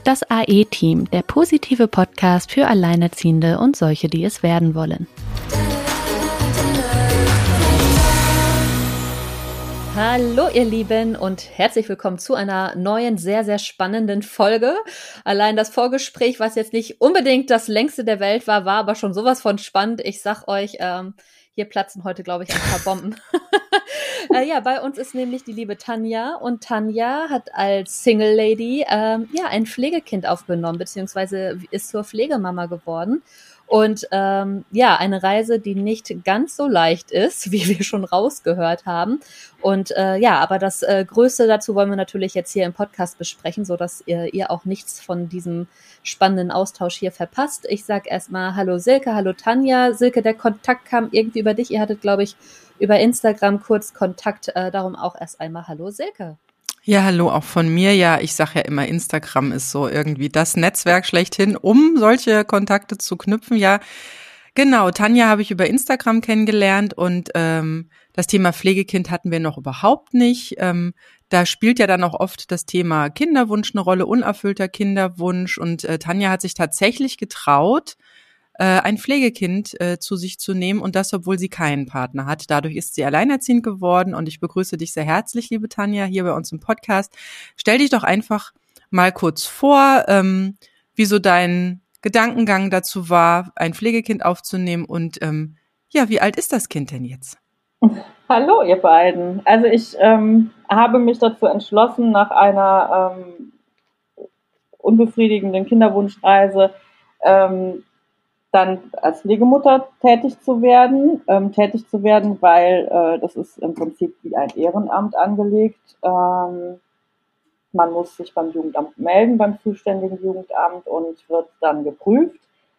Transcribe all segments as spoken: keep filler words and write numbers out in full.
Das A E-Team, der positive Podcast für Alleinerziehende und solche, die es werden wollen. Hallo ihr Lieben und herzlich willkommen zu einer neuen, sehr, sehr spannenden Folge. Allein das Vorgespräch, was jetzt nicht unbedingt das längste der Welt war, war aber schon sowas von spannend. Ich sag euch, ähm, hier platzen heute, glaube ich, ein paar Bomben. äh, ja, bei uns ist nämlich die liebe Tanja und Tanja hat als Single Lady ähm, ja ein Pflegekind aufgenommen, beziehungsweise ist zur Pflegemama geworden. Und ähm, ja, eine Reise, die nicht ganz so leicht ist, wie wir schon rausgehört haben. Und äh, ja, aber das äh, Größte dazu wollen wir natürlich jetzt hier im Podcast besprechen, so dass ihr, ihr auch nichts von diesem spannenden Austausch hier verpasst. Ich sag erstmal Hallo Silke, hallo Tanja. Silke, der Kontakt kam irgendwie über dich. Ihr hattet, glaube ich, über Instagram kurz Kontakt. Äh, darum auch erst einmal Hallo Silke. Ja, hallo auch von mir. Ja, ich sage ja immer, Instagram ist so irgendwie das Netzwerk schlechthin, um solche Kontakte zu knüpfen. Ja, genau. Tanja habe ich über Instagram kennengelernt und ähm, das Thema Pflegekind hatten wir noch überhaupt nicht. Ähm, da spielt ja dann auch oft das Thema Kinderwunsch eine Rolle, unerfüllter Kinderwunsch. Und äh, Tanja hat sich tatsächlich getraut, ein Pflegekind äh, zu sich zu nehmen und das, obwohl sie keinen Partner hat. Dadurch ist sie alleinerziehend geworden und ich begrüße dich sehr herzlich, liebe Tanja, hier bei uns im Podcast. Stell dich doch einfach mal kurz vor, ähm, wie so dein Gedankengang dazu war, ein Pflegekind aufzunehmen und ähm, ja, wie alt ist das Kind denn jetzt? Hallo ihr beiden. Also ich ähm, habe mich dazu entschlossen, nach einer ähm, unbefriedigenden Kinderwunschreise ähm, dann als Pflegemutter tätig zu werden, ähm, tätig zu werden, weil äh, das ist im Prinzip wie ein Ehrenamt angelegt. Ähm, man muss sich beim Jugendamt melden, beim zuständigen Jugendamt und wird dann geprüft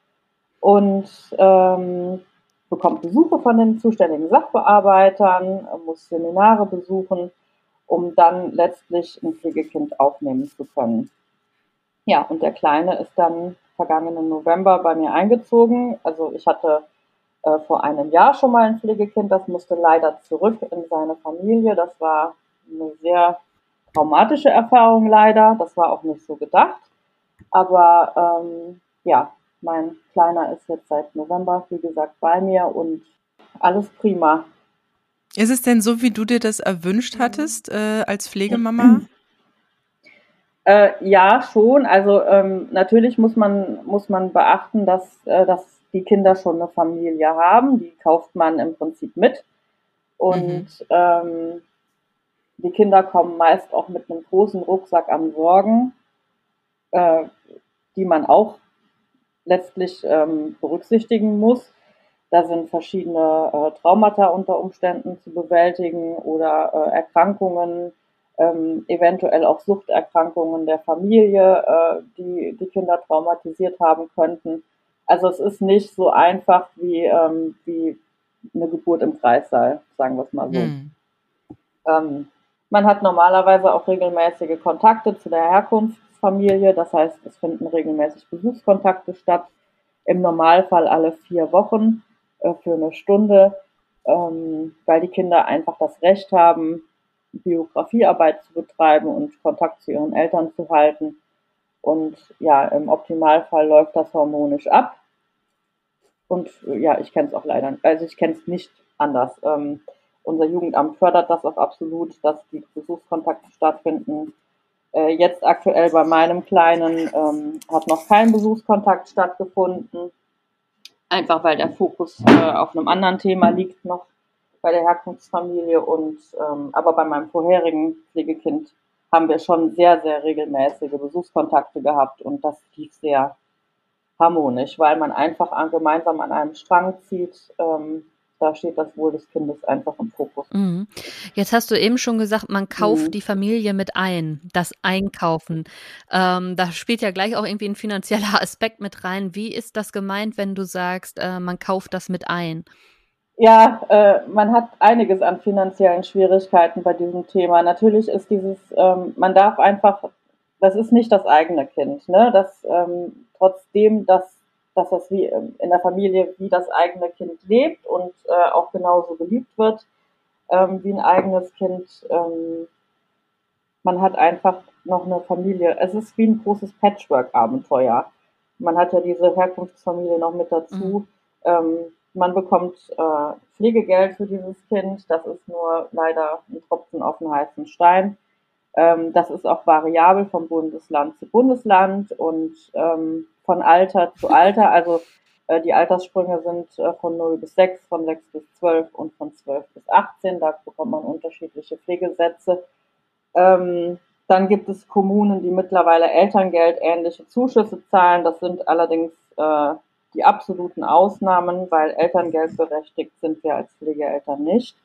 und ähm, bekommt Besuche von den zuständigen Sachbearbeitern, muss Seminare besuchen, um dann letztlich ein Pflegekind aufnehmen zu können. Ja, und der Kleine ist dann vergangenen November bei mir eingezogen. Also ich hatte äh, vor einem Jahr schon mal ein Pflegekind, das musste leider zurück in seine Familie. Das war eine sehr traumatische Erfahrung leider. Das war auch nicht so gedacht. Aber ähm, ja, mein Kleiner ist jetzt seit November, wie gesagt, bei mir und alles prima. Ist es denn so, wie du dir das erwünscht hattest äh, als Pflegemama? Äh, ja, schon. Also ähm, natürlich muss man muss man beachten, dass äh, dass die Kinder schon eine Familie haben. Die kauft man im Prinzip mit und mhm. ähm, die Kinder kommen meist auch mit einem großen Rucksack an Sorgen, äh, die man auch letztlich ähm, berücksichtigen muss. Da sind verschiedene äh, Traumata unter Umständen zu bewältigen oder äh, Erkrankungen. Ähm, eventuell auch Suchterkrankungen der Familie, äh, die die Kinder traumatisiert haben könnten. Also es ist nicht so einfach wie, ähm, wie eine Geburt im Kreissaal, sagen wir es mal so. Mhm. Ähm, man hat normalerweise auch regelmäßige Kontakte zu der Herkunftsfamilie, das heißt, es finden regelmäßig Besuchskontakte statt, im Normalfall alle vier Wochen äh, für eine Stunde, ähm, weil die Kinder einfach das Recht haben, Biografiearbeit zu betreiben und Kontakt zu ihren Eltern zu halten. Und ja, im Optimalfall läuft das harmonisch ab. Und ja, ich kenne es auch leider, also ich kenne es nicht anders. Ähm, unser Jugendamt fördert das auch absolut, dass die Besuchskontakte stattfinden. Äh, jetzt aktuell bei meinem Kleinen ähm, hat noch kein Besuchskontakt stattgefunden. Einfach weil der Fokus äh, auf einem anderen Thema liegt noch bei der Herkunftsfamilie und ähm, aber bei meinem vorherigen Pflegekind haben wir schon sehr, sehr regelmäßige Besuchskontakte gehabt und das lief sehr harmonisch, weil man einfach an, gemeinsam an einem Strang zieht. Ähm, da steht das Wohl des Kindes einfach im Fokus. Mhm. Jetzt hast du eben schon gesagt, man kauft mhm. die Familie mit ein, das Einkaufen. Ähm, da spielt ja gleich auch irgendwie ein finanzieller Aspekt mit rein. Wie ist das gemeint, wenn du sagst, äh, man kauft das mit ein? Ja, äh, man hat einiges an finanziellen Schwierigkeiten bei diesem Thema. Natürlich ist dieses, ähm, man darf einfach, das ist nicht das eigene Kind, ne? Das ähm, trotzdem, dass, dass das wie in der Familie wie das eigene Kind lebt und äh, auch genauso geliebt wird ähm, wie ein eigenes Kind, ähm, man hat einfach noch eine Familie. Es ist wie ein großes Patchwork-Abenteuer. Man hat ja diese Herkunftsfamilie noch mit dazu. Mhm. Ähm, man bekommt äh, Pflegegeld für dieses Kind. Das ist nur leider ein Tropfen auf den heißen Stein. Ähm, das ist auch variabel von Bundesland zu Bundesland und ähm, von Alter zu Alter. Also äh, die Alterssprünge sind äh, von null bis sechs, von sechs bis zwölf und von zwölf bis achtzehn. Da bekommt man unterschiedliche Pflegesätze. Ähm, dann gibt es Kommunen, die mittlerweile Elterngeld ähnliche Zuschüsse zahlen. Das sind allerdings äh, die absoluten Ausnahmen, weil Elterngeld berechtigt sind wir als Pflegeeltern nicht.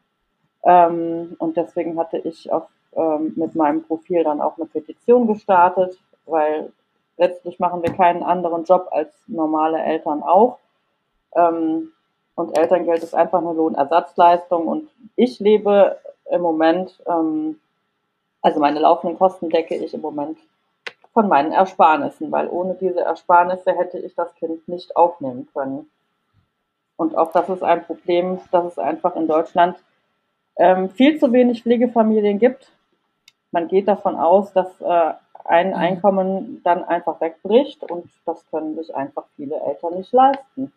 Ähm, und deswegen hatte ich auf, ähm, mit meinem Profil dann auch eine Petition gestartet, weil letztlich machen wir keinen anderen Job als normale Eltern auch. Ähm, und Elterngeld ist einfach eine Lohnersatzleistung. Und ich lebe im Moment, ähm, also meine laufenden Kosten decke ich im Moment von meinen Ersparnissen, weil ohne diese Ersparnisse hätte ich das Kind nicht aufnehmen können. Und auch das ist ein Problem, dass es einfach in Deutschland ähm, viel zu wenig Pflegefamilien gibt. Man geht davon aus, dass äh, ein Einkommen dann einfach wegbricht und das können sich einfach viele Eltern nicht leisten.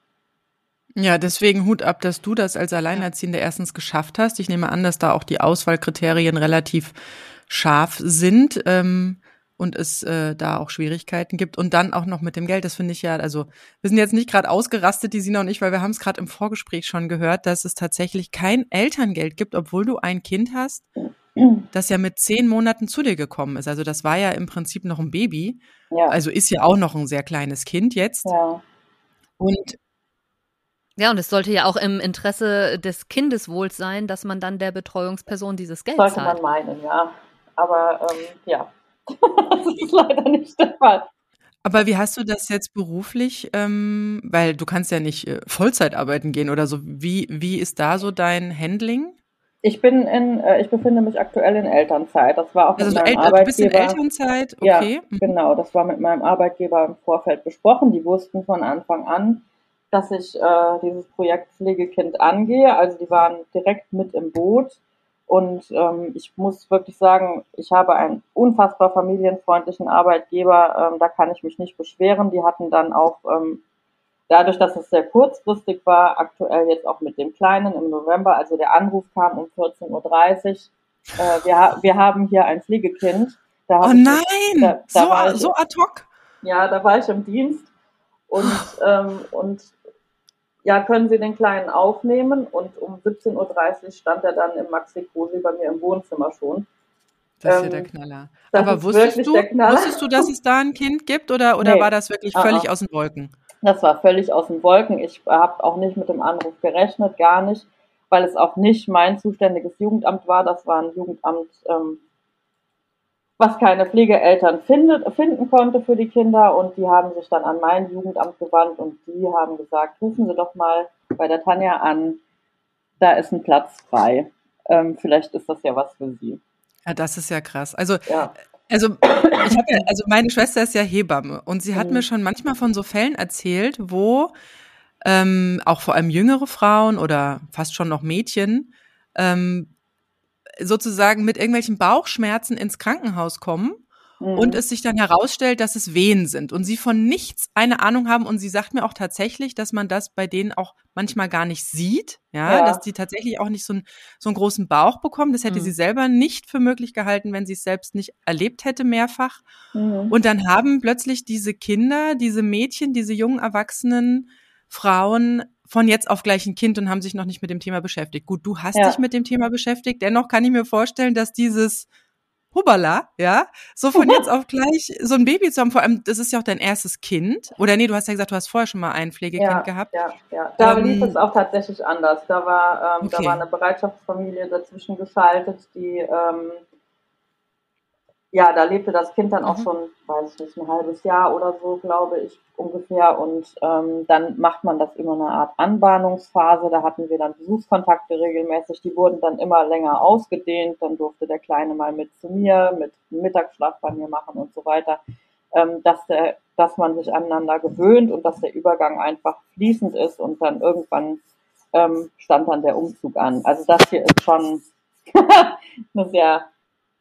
Ja, deswegen Hut ab, dass du das als Alleinerziehende erstens geschafft hast. Ich nehme an, dass da auch die Auswahlkriterien relativ scharf sind ähm, und es äh, da auch Schwierigkeiten gibt. Und dann auch noch mit dem Geld, das finde ich ja, also wir sind jetzt nicht gerade ausgerastet, die Sina und ich, weil wir haben es gerade im Vorgespräch schon gehört, dass es tatsächlich kein Elterngeld gibt, obwohl du ein Kind hast, das ja mit zehn Monaten zu dir gekommen ist. Also das war ja im Prinzip noch ein Baby. Ja. Also ist ja auch noch ein sehr kleines Kind jetzt. Ja. Und ja, und es sollte ja auch im Interesse des Kindeswohls sein, dass man dann der Betreuungsperson dieses Geld sollte zahlt. Sollte man meinen, ja. Aber ähm, ja, das ist leider nicht der Fall. Aber wie hast du das jetzt beruflich, ähm, weil du kannst ja nicht äh, Vollzeit arbeiten gehen oder so. Wie, wie ist da so dein Handling? Ich bin in, äh, ich befinde mich aktuell in Elternzeit. Das war auch also mit meinem El- Arbeitgeber. Du bist in Elternzeit, okay. Ja, genau. Das war mit meinem Arbeitgeber im Vorfeld besprochen. Die wussten von Anfang an, dass ich äh, dieses Projekt Pflegekind angehe. Also die waren direkt mit im Boot. Und ähm, ich muss wirklich sagen, ich habe einen unfassbar familienfreundlichen Arbeitgeber. Ähm, da kann ich mich nicht beschweren. Die hatten dann auch, ähm, dadurch, dass es sehr kurzfristig war, aktuell jetzt auch mit dem Kleinen im November, also der Anruf kam um vierzehn Uhr dreißig. Äh, wir, ha- wir haben hier ein Pflegekind. Da oh nein, ich, da, da so, ich, so ad hoc? Ja, da war ich im Dienst. Und, ähm, und ja, können Sie den Kleinen aufnehmen? Und um siebzehn Uhr dreißig stand er dann im Maxi-Cosi bei mir im Wohnzimmer schon. Das ist ja der Knaller. Aber wusstest du, wusstest du, dass es da ein Kind gibt oder, oder nee. war das wirklich völlig uh-uh. aus den Wolken? Das war völlig aus den Wolken. Ich habe auch nicht mit dem Anruf gerechnet, gar nicht, weil es auch nicht mein zuständiges Jugendamt war. Das war ein Jugendamt, ähm, was keine Pflegeeltern findet, finden konnte für die Kinder. Und die haben sich dann an mein Jugendamt gewandt und die haben gesagt, rufen Sie doch mal bei der Tanja an, da ist ein Platz frei. Ähm, vielleicht ist das ja was für Sie. Ja, das ist ja krass. Also, ja. also, ich hab ja, also meine Schwester ist ja Hebamme und sie hat mhm. mir schon manchmal von so Fällen erzählt, wo ähm, auch vor allem jüngere Frauen oder fast schon noch Mädchen ähm, sozusagen mit irgendwelchen Bauchschmerzen ins Krankenhaus kommen mhm. und es sich dann herausstellt, dass es Wehen sind und sie von nichts eine Ahnung haben und sie sagt mir auch tatsächlich, dass man das bei denen auch manchmal gar nicht sieht, ja, ja. dass die tatsächlich auch nicht so, ein, so einen großen Bauch bekommen. Das hätte mhm. sie selber nicht für möglich gehalten, wenn sie es selbst nicht erlebt hätte mehrfach. Mhm. Und dann haben plötzlich diese Kinder, diese Mädchen, diese jungen erwachsenen Frauen von jetzt auf gleich ein Kind und haben sich noch nicht mit dem Thema beschäftigt. Gut, du hast ja. dich mit dem Thema beschäftigt. Dennoch kann ich mir vorstellen, dass dieses Hubala, ja, so von jetzt auf gleich so ein Baby zu haben, vor allem, das ist ja auch dein erstes Kind. Oder nee, du hast ja gesagt, du hast vorher schon mal ein Pflegekind ja, gehabt. Ja, ja, da ähm, lief es auch tatsächlich anders. Da war, ähm, okay. da war eine Bereitschaftsfamilie dazwischen geschaltet, die, ähm, ja, da lebte das Kind dann auch mhm. schon, weiß ich nicht, ein halbes Jahr oder so, glaube ich, ungefähr. Und ähm, dann macht man das immer eine Art Anbahnungsphase. Da hatten wir dann Besuchskontakte regelmäßig. Die wurden dann immer länger ausgedehnt. Dann durfte der Kleine mal mit zu mir, mit Mittagsschlaf bei mir machen und so weiter. Ähm, dass, der, dass man sich aneinander gewöhnt und dass der Übergang einfach fließend ist. Und dann irgendwann ähm, stand dann der Umzug an. Also das hier ist schon eine sehr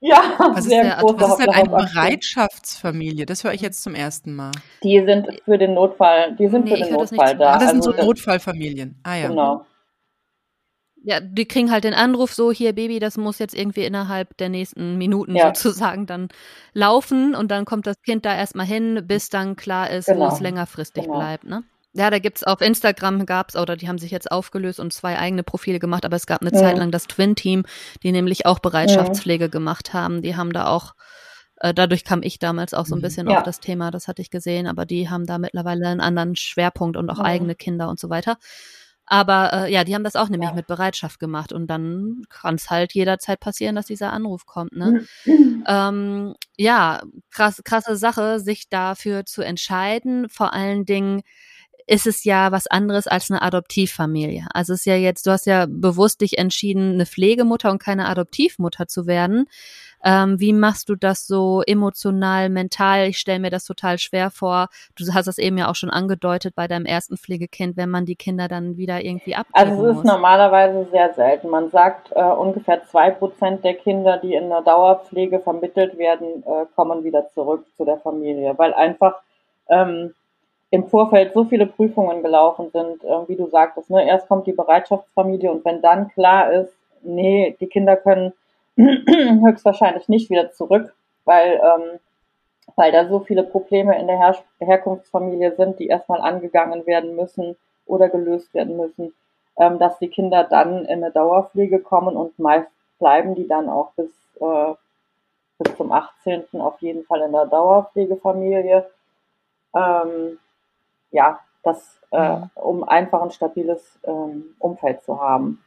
Ja, Was ist sehr der, große was ist denn eine Hauptsache. Bereitschaftsfamilie? Das höre ich jetzt zum ersten Mal. Die sind für den Notfall, die sind Nee, für ich den höre das nicht Notfall zum da. Ah, das sind ersten so Also das, Mal. Notfallfamilien. Ah ja. genau. Ja, die kriegen halt den Anruf so, hier Baby, das muss jetzt irgendwie innerhalb der nächsten Minuten Ja. sozusagen dann laufen und dann kommt das Kind da erstmal hin, bis dann klar ist, wo Genau. es längerfristig Genau. bleibt, ne? Ja, da gibt's auf Instagram gab's, oder die haben sich jetzt aufgelöst und zwei eigene Profile gemacht, aber es gab eine Zeit Mhm. lang das Twin-Team, die nämlich auch Bereitschaftspflege gemacht haben. Die haben da auch, äh, dadurch kam ich damals auch so ein Mhm. bisschen Ja. auf das Thema, das hatte ich gesehen, aber die haben da mittlerweile einen anderen Schwerpunkt und auch Mhm. eigene Kinder und so weiter. Aber äh, ja, die haben das auch nämlich Ja. mit Bereitschaft gemacht und dann kann es halt jederzeit passieren, dass dieser Anruf kommt, ne? Ähm, ja, krass, krasse Sache, sich dafür zu entscheiden. Vor allen Dingen ist es ja was anderes als eine Adoptivfamilie. Also es ist ja jetzt, du hast ja bewusst dich entschieden, eine Pflegemutter und keine Adoptivmutter zu werden. Ähm, wie machst du das so emotional, mental? Ich stelle mir das total schwer vor. Du hast das eben ja auch schon angedeutet bei deinem ersten Pflegekind, wenn man die Kinder dann wieder irgendwie abgeben Also es ist muss. normalerweise sehr selten. Man sagt, äh, ungefähr zwei Prozent der Kinder, die in der Dauerpflege vermittelt werden, äh, kommen wieder zurück zu der Familie, weil einfach ähm, im Vorfeld so viele Prüfungen gelaufen sind, äh, wie du sagtest. Ne? Erst kommt die Bereitschaftsfamilie und wenn dann klar ist, nee, die Kinder können höchstwahrscheinlich nicht wieder zurück, weil ähm, weil da so viele Probleme in der Her Herkunftsfamilie sind, die erstmal angegangen werden müssen oder gelöst werden müssen, ähm, dass die Kinder dann in eine Dauerpflege kommen und meist bleiben die dann auch bis, äh, bis zum achtzehnten auf jeden Fall in der Dauerpflegefamilie. Ähm, ja, das, äh, Mhm. um einfach ein stabiles ähm, Umfeld zu haben.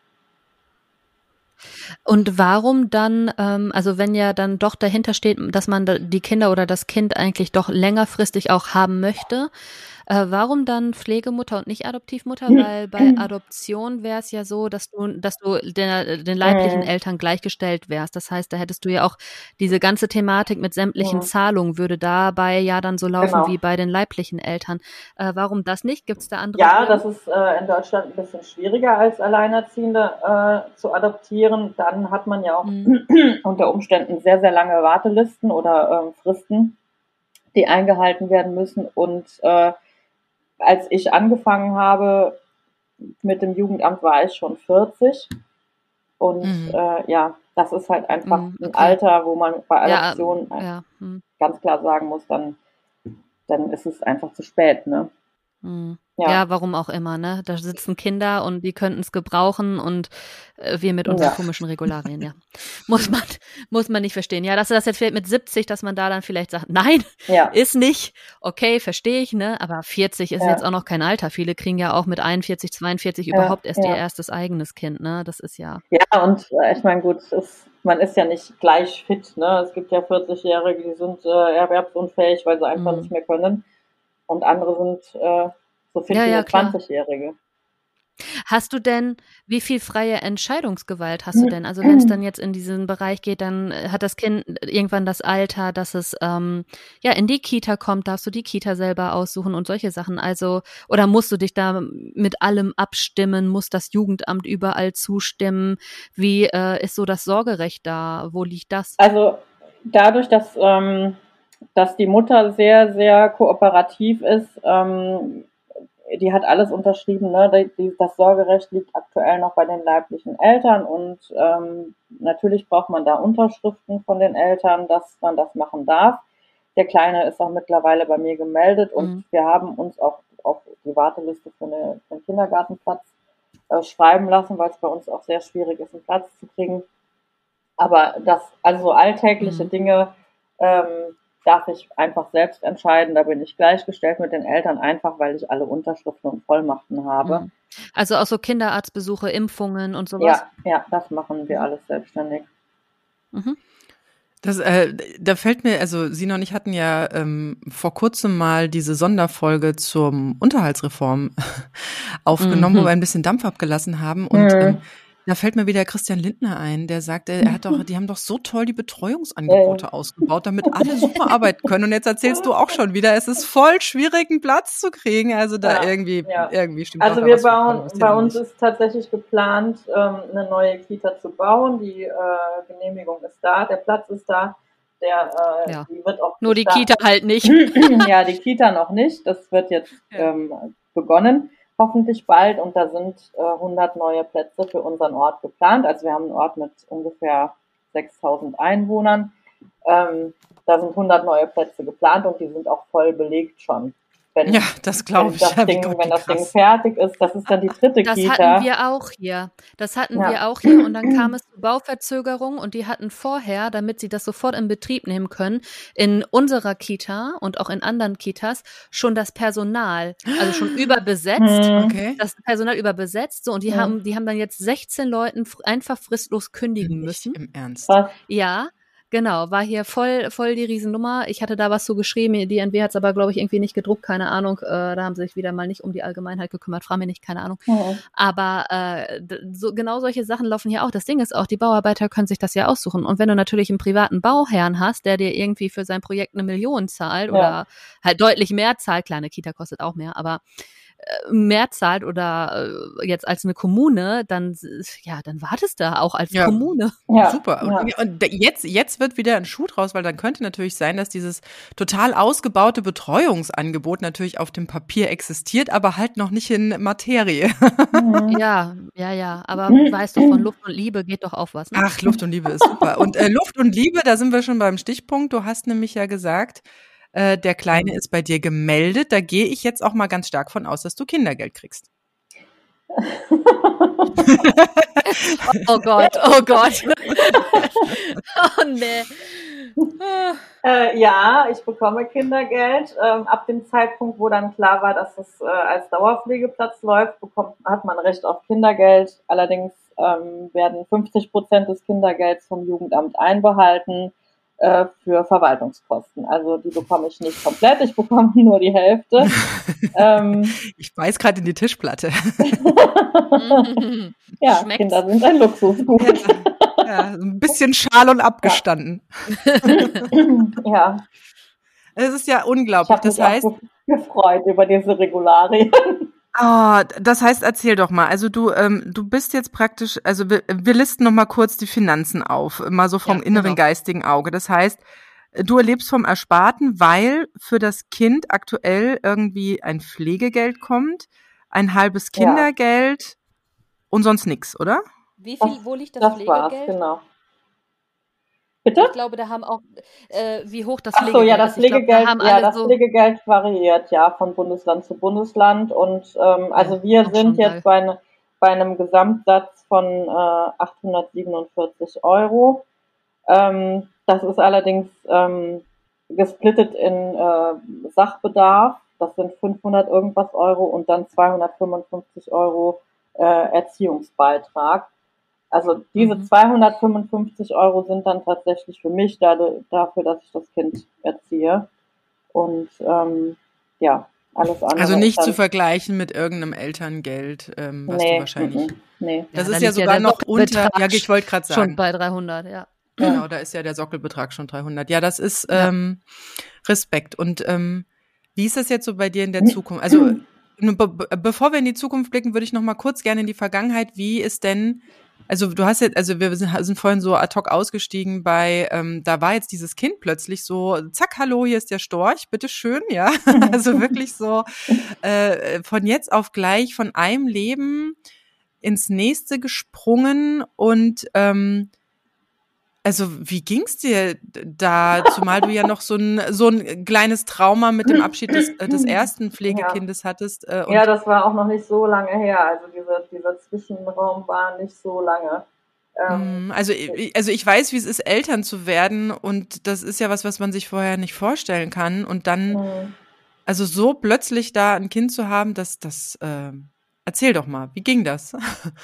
Und warum dann, ähm, also wenn ja dann doch dahinter steht, dass man da die Kinder oder das Kind eigentlich doch längerfristig auch haben möchte, äh, warum dann Pflegemutter und nicht Adoptivmutter? Weil bei Adoption wäre es ja so, dass du, dass du der, den leiblichen Mhm. Eltern gleichgestellt wärst. Das heißt, da hättest du ja auch diese ganze Thematik mit sämtlichen Mhm. Zahlungen würde dabei ja dann so laufen Genau. wie bei den leiblichen Eltern. Äh, warum das nicht? Gibt es da andere Ja, Gründe? das ist äh, in Deutschland ein bisschen schwieriger als Alleinerziehende äh, zu adoptieren. Dann hat man ja auch Mhm. unter Umständen sehr, sehr lange Wartelisten oder ähm, Fristen, die eingehalten werden müssen. Und äh, als ich angefangen habe mit dem Jugendamt, war ich schon vierzig. Und Mhm. äh, ja, das ist halt einfach Mhm, ein okay. Alter, wo man bei Ja, Adoption ähm, ja. Hm. ganz klar sagen muss, dann, dann ist es einfach zu spät, ne? Hm. Ja. Ja, warum auch immer, ne? Da sitzen Kinder und die könnten es gebrauchen und äh, wir mit unseren Ja. komischen Regularien, ja. Muss man, muss man nicht verstehen. Ja, dass das jetzt vielleicht mit siebzig, dass man da dann vielleicht sagt, nein, Ja. ist nicht. Okay, verstehe ich, ne? Aber vierzig ist Ja. jetzt auch noch kein Alter. Viele kriegen ja auch mit einundvierzig, zweiundvierzig Ja, überhaupt erst ja. ihr erstes eigenes Kind, ne? Das ist ja. Ja, und äh, ich meine, gut, es ist, man ist ja nicht gleich fit, ne? Es gibt ja vierzig-Jährige, die sind äh, erwerbsunfähig, weil sie einfach Hm. nicht mehr können. Und andere sind äh, so fit Ja, wie ja, eine klar. zwanzig-Jährige. Hast du denn, wie viel freie Entscheidungsgewalt hast du denn? Also wenn es dann jetzt in diesen Bereich geht, dann äh, hat das Kind irgendwann das Alter, dass es ähm, ja in die Kita kommt, darfst du die Kita selber aussuchen und solche Sachen. Also, oder musst du dich da mit allem abstimmen, muss das Jugendamt überall zustimmen? Wie äh, ist so das Sorgerecht da? Wo liegt das? Also dadurch, dass, ähm, dass die Mutter sehr, sehr kooperativ ist, ähm, die hat alles unterschrieben, ne? Die, die, das Sorgerecht liegt aktuell noch bei den leiblichen Eltern und ähm, natürlich braucht man da Unterschriften von den Eltern, dass man das machen darf. Der Kleine ist auch mittlerweile bei mir gemeldet und Mhm. wir haben uns auch auf die Warteliste für, eine, für einen Kindergartenplatz äh, schreiben lassen, weil es bei uns auch sehr schwierig ist, einen Platz zu kriegen. Aber das, also so alltägliche Mhm. Dinge ähm, darf ich einfach selbst entscheiden. Da bin ich gleichgestellt mit den Eltern, einfach weil ich alle Unterschriften und Vollmachten habe. Mhm. Also auch so Kinderarztbesuche, Impfungen und sowas? Ja, ja, das machen wir Mhm. alles selbstständig. Mhm. Das, äh, da fällt mir, also Sina und ich hatten ja ähm, vor kurzem mal diese Sonderfolge zum Unterhaltsreform aufgenommen, Mhm. wo wir ein bisschen Dampf abgelassen haben. Und Mhm. ähm, Da fällt mir wieder Christian Lindner ein, der sagt, er hat doch, die haben doch so toll die Betreuungsangebote ausgebaut, damit alle super arbeiten können. Und jetzt erzählst du auch schon wieder, es ist voll schwierig, einen Platz zu kriegen. Also da Ja, irgendwie, ja. irgendwie stimmt Also auch wir da was bauen, von, bei uns ist tatsächlich geplant, ähm, eine neue Kita zu bauen. Die äh, Genehmigung ist da, der Platz ist da. Der, äh, Ja. die wird auch Nur die gestartet. Kita halt nicht. Ja, die Kita noch nicht. Das wird jetzt Ja. ähm, begonnen, hoffentlich bald. Und da sind äh, hundert neue Plätze für unseren Ort geplant. Also wir haben einen Ort mit ungefähr sechstausend Einwohnern. Ähm, da sind hundert neue Plätze geplant und die sind auch voll belegt schon. Wenn, ja, das glaube ich. Das Ja, Ding, Gott, wenn das krass. Ding fertig ist, das ist dann die dritte Das Kita. hatten wir auch hier. Das hatten Ja. wir auch hier und dann kam es zu Bauverzögerungen und die hatten vorher, damit sie das sofort in Betrieb nehmen können, in unserer Kita und auch in anderen Kitas schon das Personal, also schon überbesetzt. Hm. Okay. Das Personal überbesetzt, so, und die Ja. haben, die haben dann jetzt sechzehn Leuten f- einfach fristlos kündigen Nicht müssen. im Ernst. Was? Ja, genau, war hier voll, voll die Riesennummer. Ich hatte da was so geschrieben, die N W hat es aber, glaube ich, irgendwie nicht gedruckt, keine Ahnung. Äh, da haben sie sich wieder mal nicht um die Allgemeinheit gekümmert, frage mich nicht, keine Ahnung. Hm. Aber äh, d- so, genau solche Sachen laufen hier auch. Das Ding ist auch, die Bauarbeiter können sich das ja aussuchen. Und wenn du natürlich einen privaten Bauherrn hast, der dir irgendwie für sein Projekt eine Million zahlt Ja. oder halt deutlich mehr zahlt, kleine Kita kostet auch mehr, aber äh, mehr zahlt oder äh, jetzt als eine Kommune, dann s- ja, dann wartest du auch als Ja. Kommune. Ja. Super. Ja. Und, und da- jetzt, jetzt wird wieder ein Schuh draus, weil dann könnte natürlich sein, dass dieses total ausgebaute Betreuungsangebot natürlich auf dem Papier existiert, aber halt noch nicht in Materie. Hm. Ja, ja, ja. Aber weißt du, von Luft und Liebe geht doch auch was. Ne? Ach, Luft und Liebe ist super. Und äh, Luft und Liebe, da sind wir schon beim Stichpunkt. Du hast nämlich ja gesagt, äh, der Kleine ist bei dir gemeldet. Da gehe ich jetzt auch mal ganz stark von aus, dass du Kindergeld kriegst. Oh Gott, oh Gott. Oh nee. Ah. Äh, ja, ich bekomme Kindergeld. Ähm, ab dem Zeitpunkt, wo dann klar war, dass es äh, als Dauerpflegeplatz läuft, bekommt, hat man Recht auf Kindergeld. Allerdings ähm, werden fünfzig Prozent des Kindergelds vom Jugendamt einbehalten äh, für Verwaltungskosten. Also die bekomme ich nicht komplett, ich bekomme nur die Hälfte. ähm, Ich beiß gerade in die Tischplatte. ja, Schmeckt's? Kinder sind ein Luxusgut. Ja, ein bisschen schal und abgestanden. Ja, Es ist ja ich unglaublich. habe Das mich heißt, auch ge- gefreut über diese Regularien. ah, das heißt, erzähl doch mal. Also du, ähm, du bist jetzt praktisch, also wir, wir listen noch mal kurz die Finanzen auf, mal so vom Ja, inneren genau. geistigen Auge. Das heißt, du erlebst vom Ersparten, weil für das Kind aktuell irgendwie ein Pflegegeld kommt, ein halbes Ja. Kindergeld und sonst nix, oder? Wie viel, wo liegt das, Das war's, Pflegegeld? genau. Ich Bitte? glaube, da haben auch, äh, wie hoch das Ach so, Pflegegeld ja, das ist. Ich glaube, da Pflegegeld, haben ja, alle das so, Pflegegeld variiert ja von Bundesland zu Bundesland und ähm, also Ja, wir auch sind schon jetzt bei, ne, bei einem Gesamtsatz von äh, achthundertsiebenundvierzig Euro. Ähm, das ist allerdings ähm, gesplittet in äh, Sachbedarf, das sind fünfhundert irgendwas Euro und dann zweihundertfünfundfünfzig Euro äh, Erziehungsbeitrag. Also diese Mhm. zweihundertfünfundfünfzig Euro sind dann tatsächlich für mich da, dafür, dass ich das Kind erziehe. Und ähm, ja, alles andere. Also nicht ist zu dann, vergleichen mit irgendeinem Elterngeld, ähm, was nee, du wahrscheinlich. mm, nee. Das da ist ja liegt sogar der noch unter. Sockelbetrag Ja, ich wollte gerade schon sagen. bei dreihundert, ja. Genau, da ist ja der Sockelbetrag schon dreihundert. Ja, das ist Ja. ähm, Respekt. Und ähm, wie ist das jetzt so bei dir in der Zukunft? Also be be bevor wir in die Zukunft blicken, würde ich noch mal kurz gerne in die Vergangenheit. Wie ist denn, also du hast jetzt, also wir sind, sind vorhin so ad hoc ausgestiegen bei, ähm, da war jetzt dieses Kind plötzlich so, zack, hallo, hier ist der Storch, bitteschön, ja. Also wirklich so äh, von jetzt auf gleich von einem Leben ins nächste gesprungen und ähm, also wie ging's dir da, zumal du ja noch so ein so ein kleines Trauma mit dem Abschied des, äh, des ersten Pflegekindes hattest? Äh, und Ja, das war auch noch nicht so lange her. Also dieser, dieser Zwischenraum war nicht so lange. Ähm, Mm, Also, ich- also ich weiß, wie es ist, Eltern zu werden und das ist ja was, was man sich vorher nicht vorstellen kann und dann, mm. also so plötzlich da ein Kind zu haben, das, das, äh, erzähl doch mal, wie ging das?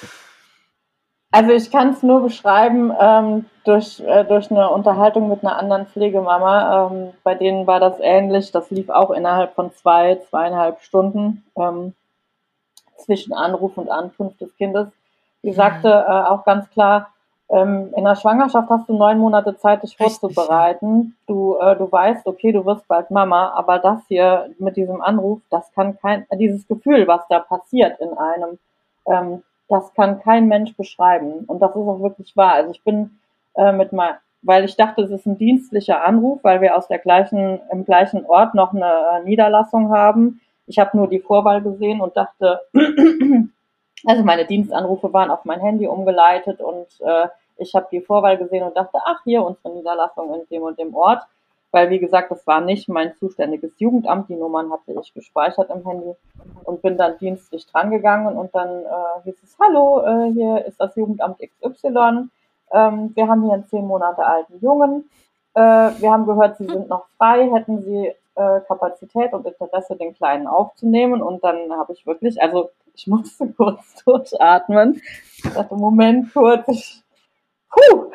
Also ich kann es nur beschreiben ähm, durch, äh, durch eine Unterhaltung mit einer anderen Pflegemama. Ähm, bei denen war das ähnlich. Das lief auch innerhalb von zwei, zweieinhalb Stunden ähm, zwischen Anruf und Ankunft des Kindes. Die sagte äh, auch ganz klar, ähm, in der Schwangerschaft hast du neun Monate Zeit, dich Richtig, vorzubereiten. Du, äh, du weißt, okay, du wirst bald Mama, aber das hier mit diesem Anruf, das kann kein, dieses Gefühl, was da passiert in einem, ähm, das kann kein Mensch beschreiben. Und das ist auch wirklich wahr. Also ich bin äh, mit mal, weil ich dachte, es ist ein dienstlicher Anruf, weil wir aus der gleichen, im gleichen Ort noch eine äh, Niederlassung haben. Ich habe nur die Vorwahl gesehen und dachte, also meine Dienstanrufe waren auf mein Handy umgeleitet und äh, ich habe die Vorwahl gesehen und dachte, ach, hier unsere Niederlassung in dem und dem Ort. Weil, wie gesagt, das war nicht mein zuständiges Jugendamt. Die Nummern hatte ich gespeichert im Handy und bin dann dienstlich drangegangen und dann äh, hieß es, hallo, äh, hier ist das Jugendamt X Y. Ähm, wir haben hier einen zehn Monate alten Jungen. Äh, wir haben gehört, Sie sind noch frei. Hätten Sie äh, Kapazität und Interesse, den Kleinen aufzunehmen? Und dann habe ich wirklich, also ich musste kurz durchatmen. Ich dachte, Moment, kurz, ich, puh.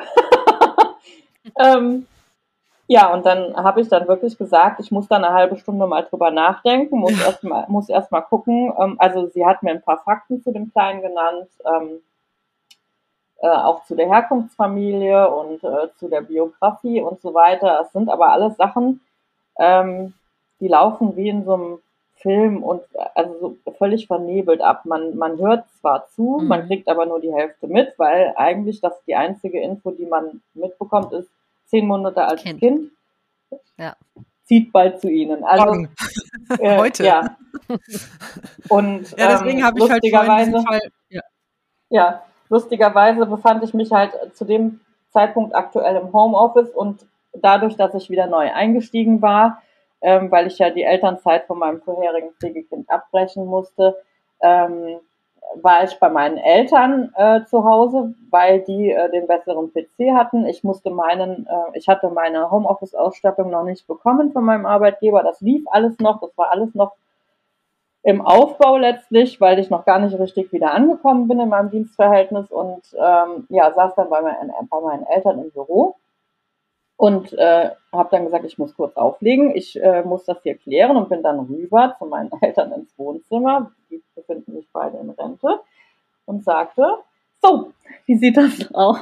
ähm, ja, und dann habe ich dann wirklich gesagt, ich muss da eine halbe Stunde mal drüber nachdenken, muss erst mal, muss erst mal gucken. Ähm, also sie hat mir ein paar Fakten zu dem Kleinen genannt, ähm, äh, auch zu der Herkunftsfamilie und äh, zu der Biografie und so weiter. Es sind aber alles Sachen, ähm, die laufen wie in so einem Film und äh, also so völlig vernebelt ab. Man, man hört zwar zu, Mhm. man kriegt aber nur die Hälfte mit, weil eigentlich das die einzige Info, die man mitbekommt, ist zehn Monate altes Kind. Kind, Ja. zieht bald zu ihnen. Also Morgen. äh, Heute. Ja. Und Ja, deswegen ähm, habe ich halt vorhin lustigerweise, diesen Fall. Ja. ja, lustigerweise befand ich mich halt zu dem Zeitpunkt aktuell im Homeoffice und dadurch, dass ich wieder neu eingestiegen war, ähm, weil ich ja die Elternzeit von meinem vorherigen Pflegekind abbrechen musste, ähm, war ich bei meinen Eltern äh, zu Hause, weil die äh, den besseren P C hatten. Ich musste meinen, äh, ich hatte meine Homeoffice-Ausstattung noch nicht bekommen von meinem Arbeitgeber. Das lief alles noch, das war alles noch im Aufbau letztlich, weil ich noch gar nicht richtig wieder angekommen bin in meinem Dienstverhältnis und ähm, ja, saß dann bei, mein, bei meinen Eltern im Büro und äh, habe dann gesagt, ich muss kurz auflegen, ich äh, muss das hier klären und bin dann rüber zu meinen Eltern ins Wohnzimmer, die befinden sich beide in Rente, und sagte, so, wie sieht das aus?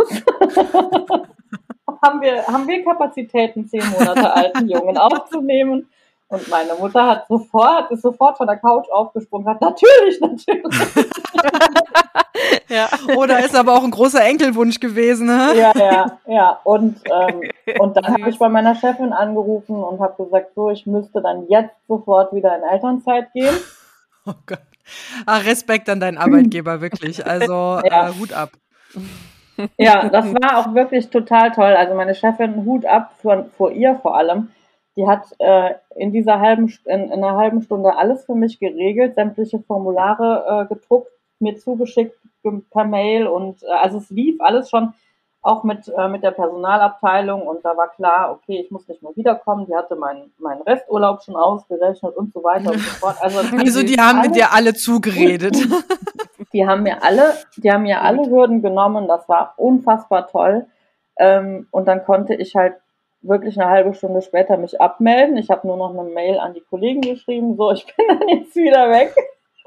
haben wir, haben wir Kapazitäten, zehn Monate alten Jungen aufzunehmen? Und meine Mutter hat sofort, ist sofort von der Couch aufgesprungen, hat natürlich, natürlich. Ja. Oder ist aber auch ein großer Enkelwunsch gewesen, ne? Ja, ja, ja. Und, ähm, und dann habe ich bei meiner Chefin angerufen und habe gesagt, so, ich müsste dann jetzt sofort wieder in Elternzeit gehen. Oh Gott. Ah, Respekt an deinen Arbeitgeber, wirklich. Also Ja. äh, Hut ab. Ja, das war auch wirklich total toll. Also meine Chefin, Hut ab vor, vor ihr vor allem. Die hat äh, in dieser halben in, in einer halben Stunde alles für mich geregelt, sämtliche Formulare äh, gedruckt, mir zugeschickt per Mail und äh, also es lief alles schon auch mit äh, mit der Personalabteilung und da war klar, okay, ich muss nicht mehr wiederkommen. Die hatte meinen meinen Resturlaub schon ausgerechnet und so weiter und so fort. Also, Also die haben mit dir alle zugeredet. Die haben mir alle, die haben mir alle Hürden genommen. Das war unfassbar toll. Ähm, und dann konnte ich halt wirklich eine halbe Stunde später mich abmelden. Ich habe nur noch eine Mail an die Kollegen geschrieben, so, ich bin dann jetzt wieder weg.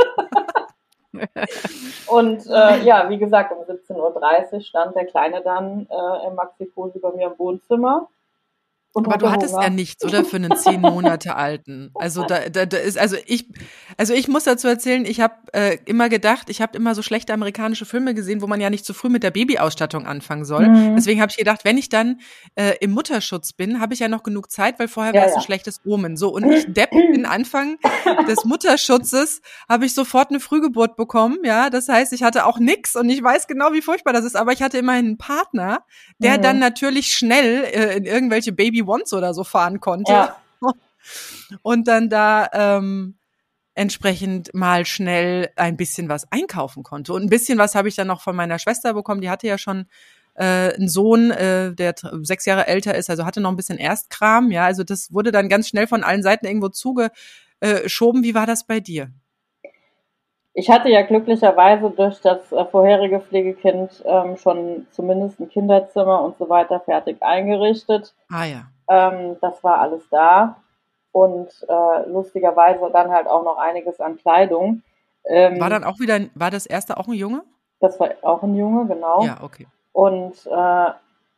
Und äh, ja, wie gesagt, um siebzehn Uhr dreißig stand der Kleine dann äh, im Maxi-Cosi bei mir im Wohnzimmer. Aber du hattest Hunger. Ja nichts, oder? Für einen zehn Monate alten. Also da, da, da ist, also ich, also ich muss dazu erzählen, ich habe äh, immer gedacht, ich habe immer so schlechte amerikanische Filme gesehen, wo man ja nicht zu früh mit der Babyausstattung anfangen soll. Mhm. Deswegen habe ich gedacht, wenn ich dann äh, im Mutterschutz bin, habe ich ja noch genug Zeit, weil vorher ja, war es ja. ein schlechtes Omen. So, und ich Depp bin Anfang des Mutterschutzes, habe ich sofort eine Frühgeburt bekommen. Ja, das heißt, ich hatte auch nix und ich weiß genau, wie furchtbar das ist. Aber ich hatte immerhin einen Partner, der mhm. dann natürlich schnell äh, in irgendwelche Baby Once oder so fahren konnte ja. und dann da ähm, entsprechend mal schnell ein bisschen was einkaufen konnte. Und ein bisschen was habe ich dann noch von meiner Schwester bekommen, die hatte ja schon äh, einen Sohn, äh, der t- sechs Jahre älter ist, also hatte noch ein bisschen Erstkram, ja, also das wurde dann ganz schnell von allen Seiten irgendwo zugeschoben. Wie war das bei dir? Ich hatte ja glücklicherweise durch das äh, vorherige Pflegekind ähm, schon zumindest ein Kinderzimmer und so weiter fertig eingerichtet. Ah ja. Ähm, das war alles da und äh, lustigerweise dann halt auch noch einiges an Kleidung. Ähm, war dann auch wieder, war das erste auch ein Junge? Das war auch ein Junge, genau. Ja, okay. Und äh,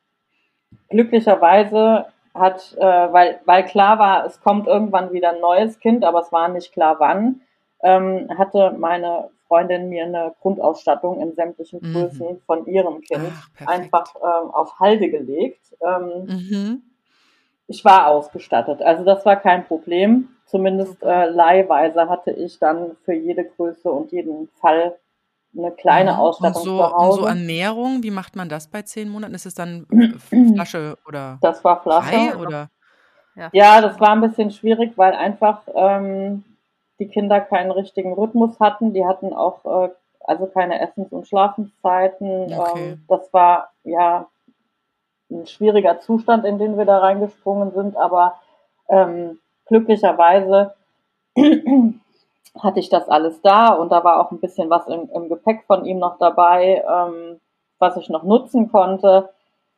glücklicherweise hat, äh, weil, weil klar war, es kommt irgendwann wieder ein neues Kind, aber es war nicht klar wann, ähm, hatte meine Freundin mir eine Grundausstattung in sämtlichen Mhm. Größen von ihrem Kind Ach, perfekt. einfach ähm, auf Halde gelegt. Ähm, Mhm. Ich war ausgestattet, also das war kein Problem. Zumindest Super. äh, leihweise hatte ich dann für jede Größe und jeden Fall eine kleine Mhm. Und Ausstattung zu so, und so Hause. Ernährung, wie macht man das bei zehn Monaten? Ist es dann F- Flasche oder Das war Brei Flasche. oder? Ja, Ja, das war ein bisschen schwierig, weil einfach ähm, die Kinder keinen richtigen Rhythmus hatten. Die hatten auch äh, also keine Essens- und Schlafenszeiten. Okay. Ähm, das war ja ein schwieriger Zustand, in den wir da reingesprungen sind, aber ähm, glücklicherweise hatte ich das alles da und da war auch ein bisschen was im, im Gepäck von ihm noch dabei, ähm, was ich noch nutzen konnte.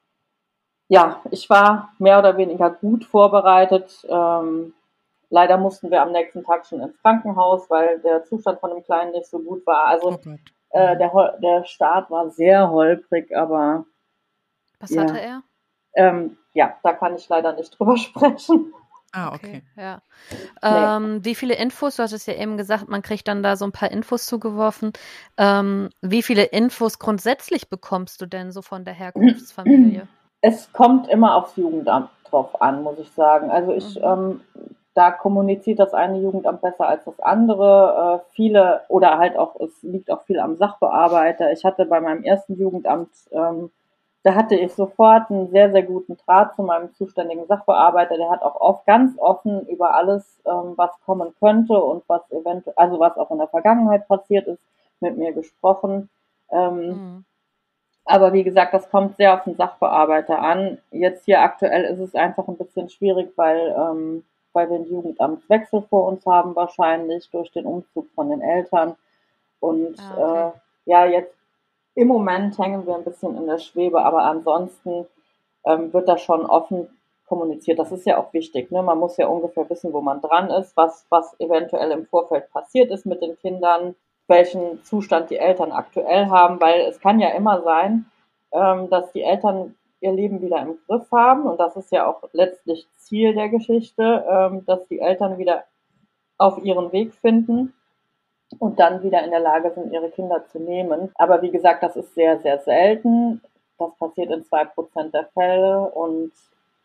Ja, ich war mehr oder weniger gut vorbereitet. Ähm, leider mussten wir am nächsten Tag schon ins Krankenhaus, weil der Zustand von dem Kleinen nicht so gut war. Also Oh Gott. äh, Mhm. der, der Start war sehr holprig, aber Was ja, hatte er? ähm, ja, da kann ich leider nicht drüber sprechen. Ah, okay. Ja. Nee. Ähm, wie viele Infos, du hattest ja eben gesagt, man kriegt dann da so ein paar Infos zugeworfen. Ähm, wie viele Infos grundsätzlich bekommst du denn so von der Herkunftsfamilie? Es kommt immer aufs Jugendamt drauf an, muss ich sagen. Also ich, Mhm. ähm, da kommuniziert das eine Jugendamt besser als das andere. Äh, viele oder halt auch, es liegt auch viel am Sachbearbeiter. Ich hatte bei meinem ersten Jugendamt, ähm, da hatte ich sofort einen sehr, sehr guten Draht zu meinem zuständigen Sachbearbeiter. Der hat auch oft ganz offen über alles, ähm, was kommen könnte und was eventuell, also was auch in der Vergangenheit passiert ist, mit mir gesprochen. Ähm, Mhm. aber wie gesagt, das kommt sehr auf den Sachbearbeiter an. Jetzt hier aktuell ist es einfach ein bisschen schwierig, weil, ähm, weil wir einen Jugendamtswechsel vor uns haben, wahrscheinlich durch den Umzug von den Eltern. Und Ah, okay. äh, ja, jetzt im Moment hängen wir ein bisschen in der Schwebe, aber ansonsten ähm, wird das schon offen kommuniziert. Das ist ja auch wichtig. Ne? Man muss ja ungefähr wissen, wo man dran ist, was, was eventuell im Vorfeld passiert ist mit den Kindern, welchen Zustand die Eltern aktuell haben, weil es kann ja immer sein, ähm, dass die Eltern ihr Leben wieder im Griff haben und das ist ja auch letztlich Ziel der Geschichte, ähm, dass die Eltern wieder auf ihren Weg finden und dann wieder in der Lage sind, ihre Kinder zu nehmen. Aber wie gesagt, das ist sehr, sehr selten. Das passiert in zwei Prozent der Fälle und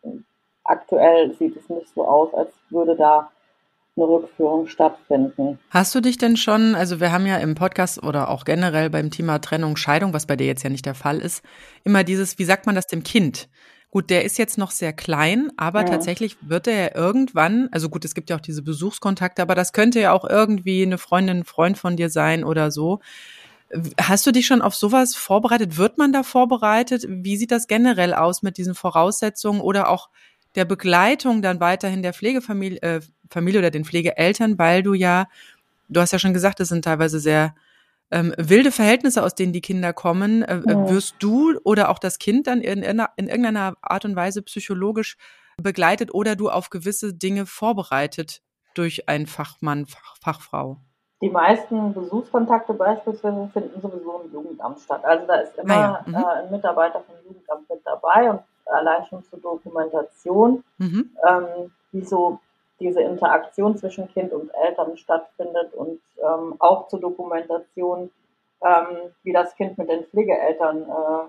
aktuell sieht es nicht so aus, als würde da eine Rückführung stattfinden. Hast du dich denn schon, also wir haben ja im Podcast oder auch generell beim Thema Trennung, Scheidung, was bei dir jetzt ja nicht der Fall ist, immer dieses, wie sagt man das dem Kind? Gut, der ist jetzt noch sehr klein, aber Mhm. tatsächlich wird er ja irgendwann, also gut, es gibt ja auch diese Besuchskontakte, aber das könnte ja auch irgendwie eine Freundin, ein Freund von dir sein oder so. Hast du dich schon auf sowas vorbereitet? Wird man da vorbereitet? Wie sieht das generell aus mit diesen Voraussetzungen oder auch der Begleitung dann weiterhin der Pflegefamilie äh, Familie oder den Pflegeeltern, weil du ja, du hast ja schon gesagt, es sind teilweise sehr ähm, wilde Verhältnisse, aus denen die Kinder kommen. Äh, Mhm. wirst du oder auch das Kind dann in, in, in irgendeiner Art und Weise psychologisch begleitet oder du auf gewisse Dinge vorbereitet durch einen Fachmann, Fach, Fachfrau? Die meisten Besuchskontakte beispielsweise finden sowieso im Jugendamt statt. Also da ist Ah ja. immer Mhm. äh, ein Mitarbeiter vom Jugendamt mit dabei und allein schon zur Dokumentation, Mhm. ähm, wie so diese Interaktion zwischen Kind und Eltern stattfindet und ähm, auch zur Dokumentation, ähm, wie das Kind mit den Pflegeeltern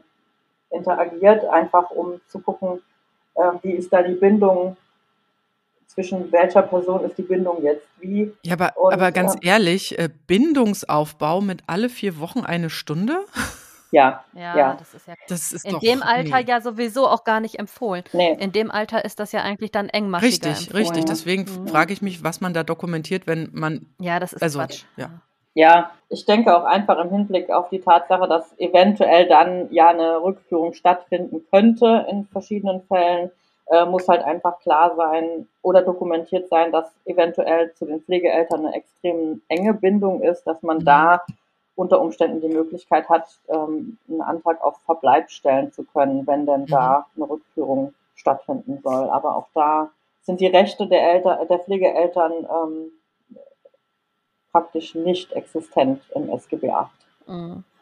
äh, interagiert, einfach um zu gucken, äh, wie ist da die Bindung, zwischen welcher Person ist die Bindung jetzt wie. Ja, aber, Und aber ganz äh, ehrlich, äh, Bindungsaufbau mit alle vier Wochen eine Stunde? ja, Ja, ja, das ist ja Das ist in dem doch, Alter nee. ja sowieso auch gar nicht empfohlen. nee. In dem Alter ist das ja eigentlich dann engmaschiger Richtig, empfohlen. richtig. Mhm. Deswegen Mhm. frage ich mich, was man da dokumentiert, wenn man, Ja, das ist also, Quatsch. ja. Ja, ich denke auch einfach im Hinblick auf die Tatsache, dass eventuell dann ja eine Rückführung stattfinden könnte in verschiedenen Fällen, äh, muss halt einfach klar sein oder dokumentiert sein, dass eventuell zu den Pflegeeltern eine extrem enge Bindung ist, dass man Mhm. da unter Umständen die Möglichkeit hat, ähm, einen Antrag auf Verbleib stellen zu können, wenn denn Mhm. da eine Rückführung stattfinden soll. Aber auch da sind die Rechte der Eltern, der Pflegeeltern ähm, praktisch nicht existent im S G B acht. Mhm.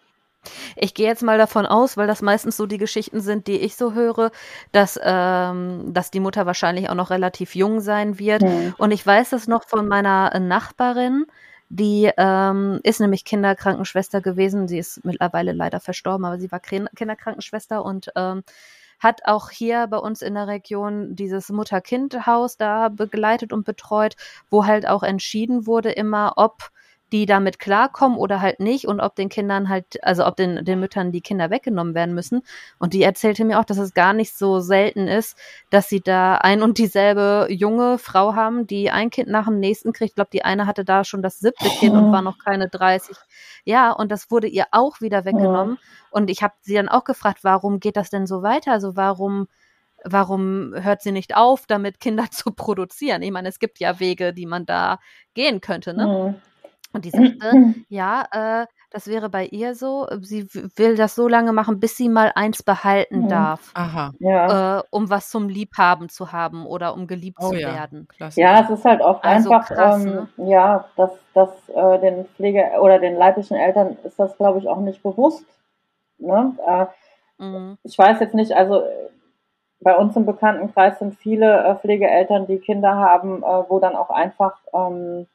Ich gehe jetzt mal davon aus, weil das meistens so die Geschichten sind, die ich so höre, dass, ähm, dass die Mutter wahrscheinlich auch noch relativ jung sein wird. Hm. Und ich weiß das noch von meiner Nachbarin, die ähm, ist nämlich Kinderkrankenschwester gewesen. Sie ist mittlerweile leider verstorben, aber sie war Kinderkrankenschwester und ähm, hat auch hier bei uns in der Region dieses Mutter-Kind-Haus da begleitet und betreut, wo halt auch entschieden wurde immer, ob die damit klarkommen oder halt nicht und ob den Kindern halt, also ob den, den Müttern die Kinder weggenommen werden müssen. Und die erzählte mir auch, dass es gar nicht so selten ist, dass sie da ein und dieselbe junge Frau haben, die ein Kind nach dem nächsten kriegt. Ich glaube, die eine hatte da schon das siebte Kind und war noch keine dreißig. Ja, und das wurde ihr auch wieder weggenommen. Und ich habe sie dann auch gefragt, warum geht das denn so weiter? Also warum Warum hört sie nicht auf, damit Kinder zu produzieren? Ich meine, es gibt ja Wege, die man da gehen könnte, ne? Hm. Und die sagte, ja, äh, das wäre bei ihr so, sie w- will das so lange machen, bis sie mal eins behalten Hm. darf, Aha. Ja. äh, um was zum Liebhaben zu haben oder um geliebt Oh zu ja, werden. klasse. Ja, es ist halt oft Also einfach, krass, ähm, ne? ja, dass, dass äh, den Pflege- oder den leiblichen Eltern ist das, glaube ich, auch nicht bewusst. Ne? Äh, Mhm. ich weiß jetzt nicht, also äh, bei uns im Bekanntenkreis sind viele äh, Pflegeeltern, die Kinder haben, äh, wo dann auch einfach ähm,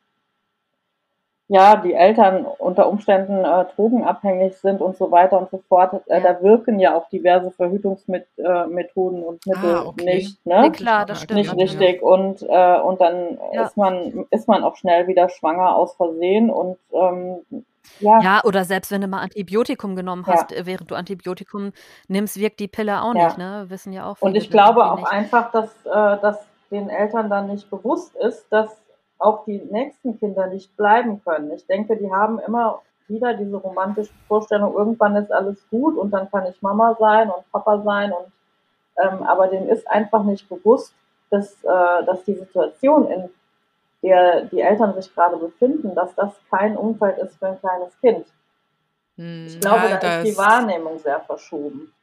ja, die Eltern unter Umständen äh, drogenabhängig sind und so weiter und so fort. Äh, Ja. Da wirken ja auch diverse Verhütungsmethoden und Mittel Ah, okay. nicht, Nee, ne? klar, das stimmt Nicht natürlich. richtig. Und, äh, und dann Ja. ist man, ist man auch schnell wieder schwanger aus Versehen und ähm, ja, Ja, oder selbst wenn du mal Antibiotikum genommen Ja. hast, äh, während du Antibiotikum nimmst, wirkt die Pille auch Ja. nicht, ne? Wissen ja auch viele Und ich dann glaube irgendwie auch nicht. einfach, dass, äh, dass den Eltern dann nicht bewusst ist, dass auch die nächsten Kinder nicht bleiben können. Ich denke, die haben immer wieder diese romantische Vorstellung, irgendwann ist alles gut und dann kann ich Mama sein und Papa sein. Und, ähm, aber denen ist einfach nicht bewusst, dass, äh, dass die Situation, in der die Eltern sich gerade befinden, dass das kein Umfeld ist für ein kleines Kind. Hm, Ich glaube, ja, da ist die das, Wahrnehmung sehr verschoben.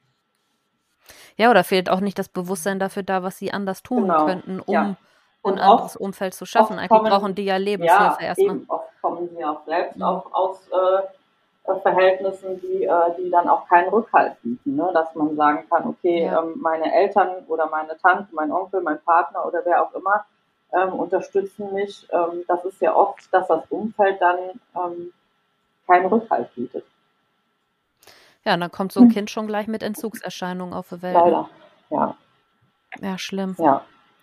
Ja, oder fehlt auch nicht das Bewusstsein dafür da, was sie anders tun Genau, könnten, um ja. Und ein anderes oft, Umfeld zu schaffen. oft Eigentlich kommen, brauchen die ja ja, Lebenshilfe erstmal. eben, oft kommen sie auch selbst Mhm. auch aus äh, Verhältnissen, die, äh, die dann auch keinen Rückhalt bieten, ne? Dass man sagen kann, okay, Ja. ähm, meine Eltern oder meine Tante, mein Onkel, mein Partner oder wer auch immer ähm, unterstützen mich. Ähm, das ist ja oft, dass das Umfeld dann ähm, keinen Rückhalt bietet. Ja, und dann kommt so ein Hm. Kind schon gleich mit Entzugserscheinungen auf die Welt. Ne? Leider, ja, Ja, schlimm. ja.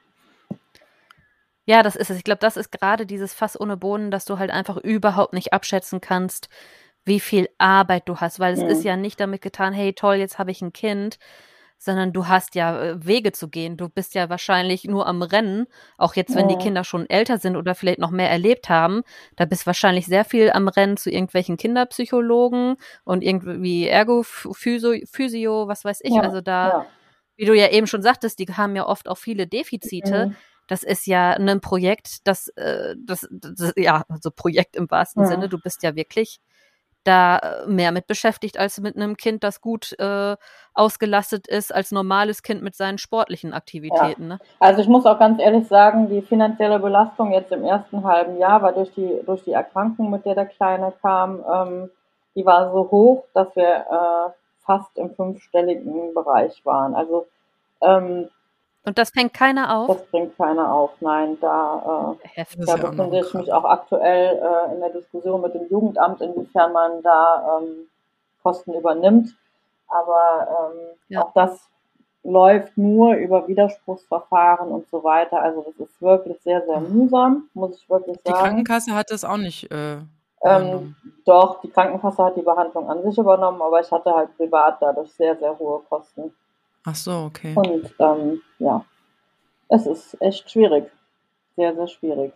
Ja, das ist es. Ich glaube, das ist gerade dieses Fass ohne Boden, dass du halt einfach überhaupt nicht abschätzen kannst, wie viel Arbeit du hast, weil es Mhm. ist ja nicht damit getan, hey toll, jetzt habe ich ein Kind, sondern du hast ja äh, Wege zu gehen. Du bist ja wahrscheinlich nur am Rennen, auch jetzt, wenn die Mhm. Kinder schon älter sind oder vielleicht noch mehr erlebt haben, da bist wahrscheinlich sehr viel am Rennen zu irgendwelchen Kinderpsychologen und irgendwie Ergo, Physio, Physio, was weiß ich. Ja, Also da, ja. wie du ja eben schon sagtest, die haben ja oft auch viele Defizite. Mhm. Das ist ja ein Projekt, das, äh, das, das ja, also Projekt im wahrsten Mhm. Sinne. Du bist ja wirklich da äh, mehr mit beschäftigt als mit einem Kind, das gut äh, ausgelastet ist, als normales Kind mit seinen sportlichen Aktivitäten. Ne? Also ich muss auch ganz ehrlich sagen, die finanzielle Belastung jetzt im ersten halben Jahr war durch die, durch die Erkrankung, mit der der Kleine kam, ähm, die war so hoch, dass wir äh, fast im fünfstelligen Bereich waren. Also ähm, Und das fängt keiner auf? das bringt keiner auf. Nein, da, äh, Heftig. das da ist ja auch noch befinde ein ich mich Krampf. auch aktuell äh, in der Diskussion mit dem Jugendamt, inwiefern man da ähm, Kosten übernimmt. Aber ähm, Ja. auch das läuft nur über Widerspruchsverfahren und so weiter. Also das ist wirklich sehr, sehr mühsam, muss ich wirklich Die sagen. Krankenkasse hat das auch nicht äh, Ähm, übernommen. doch, die Krankenkasse hat die Behandlung an sich übernommen, aber ich hatte halt privat dadurch sehr, sehr hohe Kosten. Ach so, okay. Und ähm, ja, es ist echt schwierig. Sehr, sehr schwierig.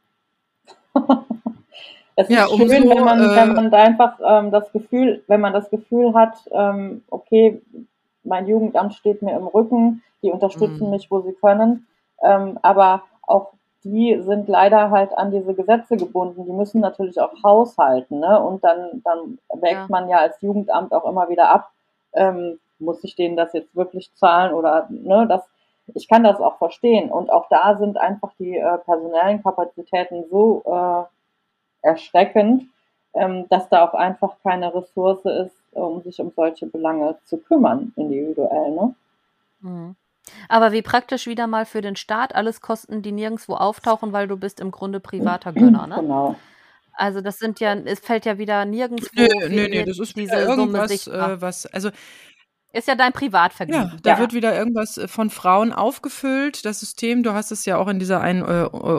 Es Ja, ist schön, umso, wenn man, äh, wenn man da einfach ähm, das Gefühl, wenn man das Gefühl hat, ähm, okay, mein Jugendamt steht mir im Rücken, die unterstützen Mhm. mich, wo sie können, ähm, aber auch die sind leider halt an diese Gesetze gebunden. Die müssen natürlich auch haushalten, ne? Und dann, dann wägt Ja. man ja als Jugendamt auch immer wieder ab, ähm, muss ich denen das jetzt wirklich zahlen oder, ne, das, ich kann das auch verstehen. Und auch da sind einfach die äh, personellen Kapazitäten so äh, erschreckend, ähm, dass da auch einfach keine Ressource ist, um sich um solche Belange zu kümmern, individuell, ne? Mhm. Aber wie praktisch wieder mal für den Staat, alles Kosten, die nirgendwo auftauchen, weil du bist im Grunde privater Gönner, ne? Genau. Also das sind ja, es fällt ja wieder nirgendwo Nö, fi- nö, nö, wird das ist wieder diese Summe irgendwas, sichtbar. äh, was, also Ist ja dein ja, Privatvergnügen. da Ja. wird wieder irgendwas äh, von Frauen aufgefüllt. Das System, du hast es ja auch in dieser einen äh,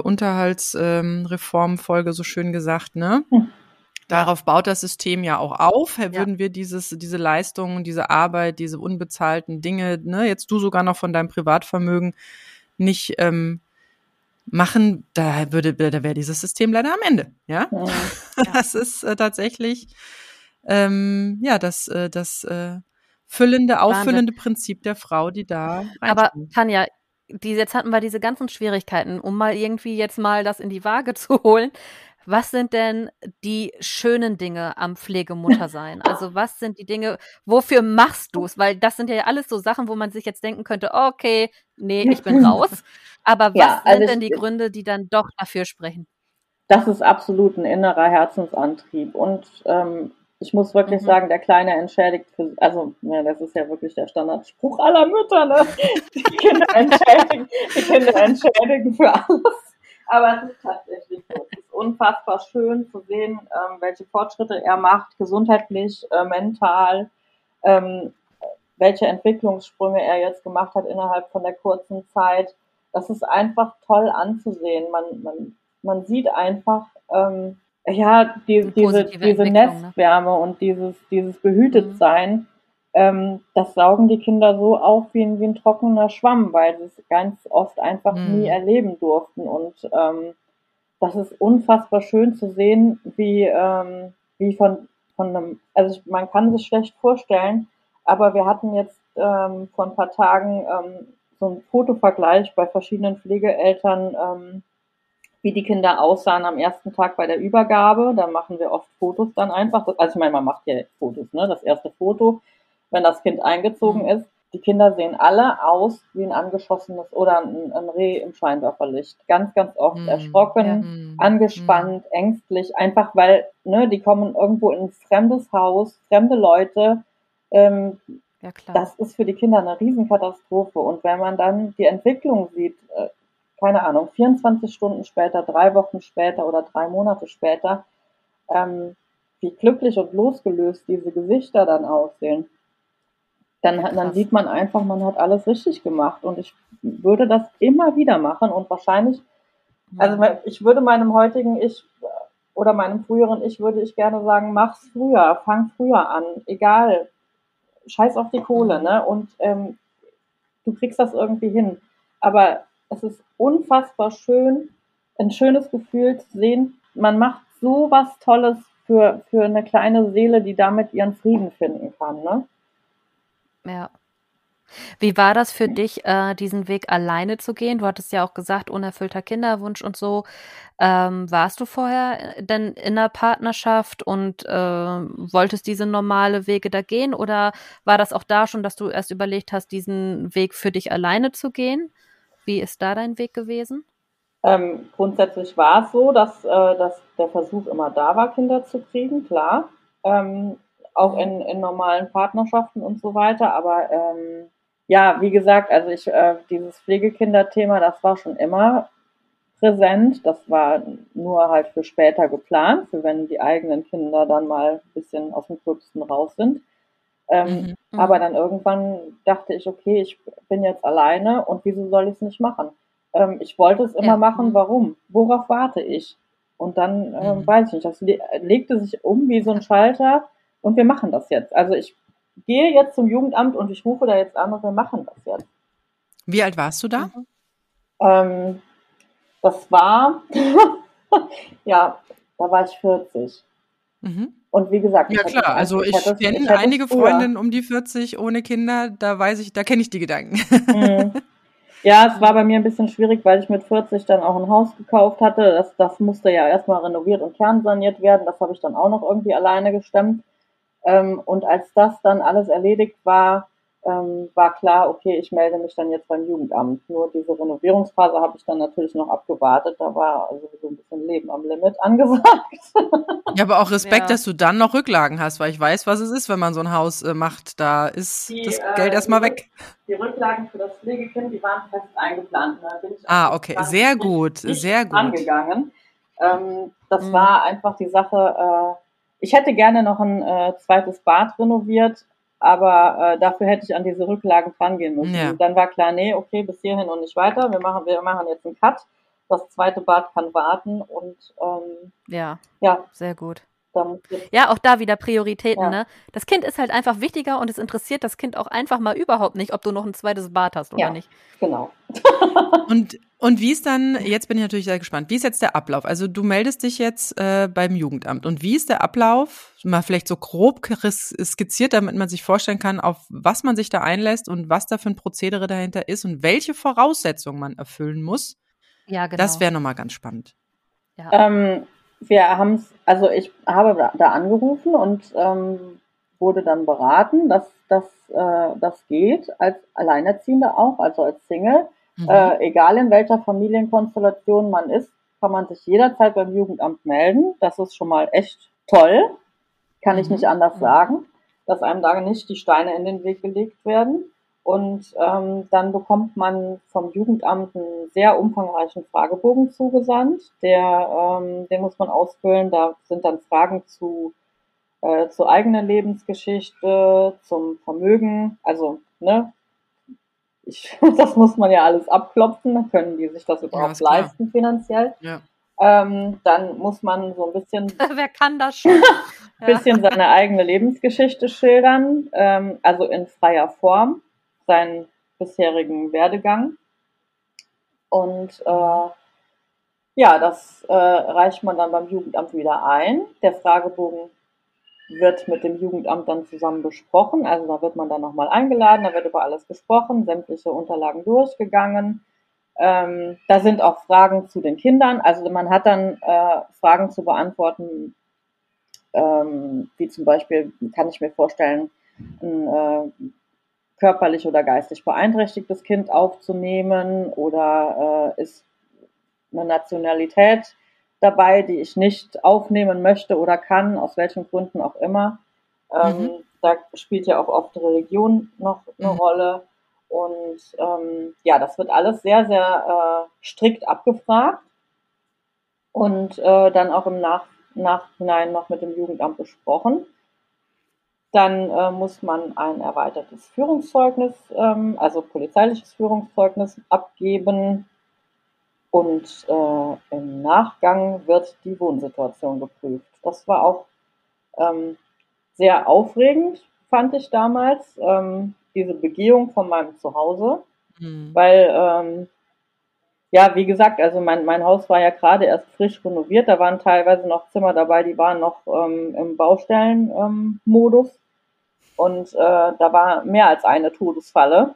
Unterhaltsreformfolge so schön gesagt, ne? Hm. Darauf baut das System ja auch auf. Ja. Würden wir dieses, diese Leistungen, diese Arbeit, diese unbezahlten Dinge, ne, jetzt du sogar noch von deinem Privatvermögen nicht ähm, machen, da würde, da wäre dieses System leider am Ende, ja. Mhm. Das ist äh, tatsächlich, ähm, ja, das, äh, das äh, füllende, auffüllende Prinzip der Frau, die da Aber reinspielt. Tanja, die, jetzt hatten wir diese ganzen Schwierigkeiten, um mal irgendwie jetzt mal das in die Waage zu holen. Was sind denn die schönen Dinge am Pflegemuttersein? Also was sind die Dinge, wofür machst du es? Weil das sind ja alles so Sachen, wo man sich jetzt denken könnte, okay, nee, ich bin raus. Aber was Ja, also sind denn ich- die Gründe, die dann doch dafür sprechen? Das ist absolut ein innerer Herzensantrieb. Und ähm, ich muss wirklich Mhm. sagen, der Kleine entschädigt für, also ne, das ist ja wirklich der Standardspruch aller Mütter, ne? Die Kinder entschädigen, die Kinder entschädigen für alles. Aber es ist tatsächlich so. Es ist unfassbar schön zu sehen, ähm, welche Fortschritte er macht, gesundheitlich, äh, mental, ähm, welche Entwicklungssprünge er jetzt gemacht hat innerhalb von der kurzen Zeit. Das ist einfach toll anzusehen. Man, man, man sieht einfach, ähm, ja, die, Eine diese, positive diese Entwicklung, ne? Nestwärme und dieses, dieses Behütetsein, ähm, das saugen die Kinder so auf wie ein, wie ein trockener Schwamm, weil sie es ganz oft einfach Mhm. nie erleben durften. Und ähm, das ist unfassbar schön zu sehen, wie, ähm, wie von, von einem, also ich, man kann sich schlecht vorstellen, aber wir hatten jetzt ähm, vor ein paar Tagen ähm, so einen Fotovergleich bei verschiedenen Pflegeeltern, ähm, wie die Kinder aussahen am ersten Tag bei der Übergabe. Da machen wir oft Fotos dann einfach. Also ich meine, man macht ja Fotos, ne? Das erste Foto, wenn das Kind eingezogen Mhm. ist. Die Kinder sehen alle aus wie ein angeschossenes oder ein, ein Reh im Scheinwerferlicht. Ganz, ganz oft Mhm. erschrocken, Ja. Mhm. angespannt, ängstlich, einfach weil, ne, die kommen irgendwo in ein fremdes Haus, fremde Leute. Ähm, Ja, klar. das ist für die Kinder eine Riesenkatastrophe. Und wenn man dann die Entwicklung sieht, äh, keine Ahnung, vierundzwanzig Stunden später, drei Wochen später oder drei Monate später, ähm, wie glücklich und losgelöst diese Gesichter dann aussehen, dann, Ja, dann krass. sieht man einfach, man hat alles richtig gemacht. Und ich würde das immer wieder machen und wahrscheinlich, also Mhm. ich würde meinem heutigen Ich oder meinem früheren Ich würde ich gerne sagen, mach's früher, fang früher an, egal, scheiß auf die Kohle, Mhm. ne? Und ähm, du kriegst das irgendwie hin. Aber es ist unfassbar schön, ein schönes Gefühl zu sehen, man macht so was Tolles für, für eine kleine Seele, die damit ihren Frieden finden kann, ne? Ja. Wie war das für dich, äh, diesen Weg alleine zu gehen? Du hattest ja auch gesagt, unerfüllter Kinderwunsch und so. Ähm, warst du vorher denn in einer Partnerschaft und äh, wolltest diese normale Wege da gehen? Oder war das auch da schon, dass du erst überlegt hast, diesen Weg für dich alleine zu gehen? Wie ist da dein Weg gewesen? Ähm, grundsätzlich war es so, dass, äh, dass der Versuch immer da war, Kinder zu kriegen, klar. Ähm, auch Mhm. in, in normalen Partnerschaften und so weiter. Aber ähm, ja, wie gesagt, also ich, äh, dieses Pflegekinderthema, das war schon immer präsent. Das war nur halt für später geplant, für wenn die eigenen Kinder dann mal ein bisschen aus dem Gröbsten raus sind. Ähm, Mhm. aber Mhm. dann irgendwann dachte ich, okay, ich bin jetzt alleine und wieso soll ich es nicht machen? Ähm, ich wollte es immer Ja. machen, Mhm. warum? Worauf warte ich? Und dann ähm, Mhm. weiß ich nicht, das le legte sich um wie so ein Schalter und wir machen das jetzt. Also ich gehe jetzt zum Jugendamt und ich rufe da jetzt an und wir machen das jetzt. Wie alt warst du da? Mhm. Ähm, das war, ja, da war ich vierzig. Mhm. Und wie gesagt, Ja ich hätte es, klar, also ich ich hätte es, ich kenne hätte es einige früher. Freundinnen um die vierzig ohne Kinder, da weiß ich, da kenne ich die Gedanken. Mhm. Ja, es war bei mir ein bisschen schwierig, weil ich mit vierzig dann auch ein Haus gekauft hatte. Das, das musste ja erstmal renoviert und kernsaniert werden. Das habe ich dann auch noch irgendwie alleine gestemmt. Ähm, und als das dann alles erledigt war, ähm, war klar, okay, ich melde mich dann jetzt beim Jugendamt. Nur diese Renovierungsphase habe ich dann natürlich noch abgewartet. Da war also so ein bisschen Leben am Limit angesagt. Ja, aber auch Respekt, Ja. dass du dann noch Rücklagen hast, weil ich weiß, was es ist, wenn man so ein Haus äh, macht. Da ist Die, das äh, Geld erstmal die, weg. Die Rücklagen für das Pflegekind, die waren fest eingeplant. Da bin ich Ah, auch okay, dran sehr nicht, gut, nicht sehr gut. angegangen. Ähm, das Mhm. war einfach die Sache, äh, ich hätte gerne noch ein äh, zweites Bad renoviert, aber äh, dafür hätte ich an diese Rücklagen drangehen müssen. Ja. Und dann war klar, nee, okay, bis hierhin und nicht weiter. Wir machen, wir machen jetzt einen Cut. Das zweite Bad kann warten und ähm, Ja, ja, sehr gut. da muss jetzt, Ja, auch da wieder Prioritäten, Ja. ne? Das Kind ist halt einfach wichtiger und es interessiert das Kind auch einfach mal überhaupt nicht, ob du noch ein zweites Bad hast oder Ja. nicht. genau. Und, und wie ist dann, jetzt bin ich natürlich sehr gespannt, wie ist jetzt der Ablauf? Also du meldest dich jetzt äh, beim Jugendamt. Und wie ist der Ablauf? Mal vielleicht so grob skizziert, damit man sich vorstellen kann, auf was man sich da einlässt und was da für ein Prozedere dahinter ist und welche Voraussetzungen man erfüllen muss. Ja, genau. Das wäre nochmal ganz spannend. Ja. Ähm, wir haben es, also ich habe da, da angerufen und ähm, wurde dann beraten, dass das äh, das geht als Alleinerziehende auch, also als Single. Mhm. Äh, egal in welcher Familienkonstellation man ist, kann man sich jederzeit beim Jugendamt melden. Das ist schon mal echt toll, kann ich Mhm. nicht anders Mhm. sagen, dass einem da nicht die Steine in den Weg gelegt werden. Und ähm, dann bekommt man vom Jugendamt einen sehr umfangreichen Fragebogen zugesandt. Der, ähm, den muss man ausfüllen. Da sind dann Fragen zu äh, zur eigenen Lebensgeschichte, zum Vermögen. Also, ne, ich, das muss man ja alles abklopfen. Können die sich das überhaupt ist klar. leisten finanziell? Ja. Ähm, dann muss man so ein bisschen Wer kann das schon? Ja. bisschen seine eigene Lebensgeschichte schildern, ähm, also in freier Form, seinen bisherigen Werdegang. Und äh, ja, das äh, reicht man dann beim Jugendamt wieder ein. Der Fragebogen wird mit dem Jugendamt dann zusammen besprochen. Also da wird man dann nochmal eingeladen, da wird über alles gesprochen, sämtliche Unterlagen durchgegangen. Ähm, da sind auch Fragen zu den Kindern. Also man hat dann äh, Fragen zu beantworten, ähm, wie zum Beispiel, kann ich mir vorstellen, ein äh, körperlich oder geistig beeinträchtigtes Kind aufzunehmen oder äh, ist eine Nationalität dabei, die ich nicht aufnehmen möchte oder kann, aus welchen Gründen auch immer. Ähm, Mhm. Da spielt ja auch oft Religion noch eine Mhm. Rolle. Und ähm, ja, das wird alles sehr, sehr äh, strikt abgefragt und äh, dann auch im Nach Nachhinein noch mit dem Jugendamt besprochen. Dann äh, muss man ein erweitertes Führungszeugnis, ähm, also polizeiliches Führungszeugnis abgeben. Und äh, im Nachgang wird die Wohnsituation geprüft. Das war auch ähm, sehr aufregend, fand ich damals, ähm, diese Begehung von meinem Zuhause. Mhm. Weil, ähm, ja, wie gesagt, also mein, mein Haus war ja gerade erst frisch renoviert. Da waren teilweise noch Zimmer dabei, die waren noch ähm, im Baustellenmodus. Ähm, und äh, da war mehr als eine Todesfalle.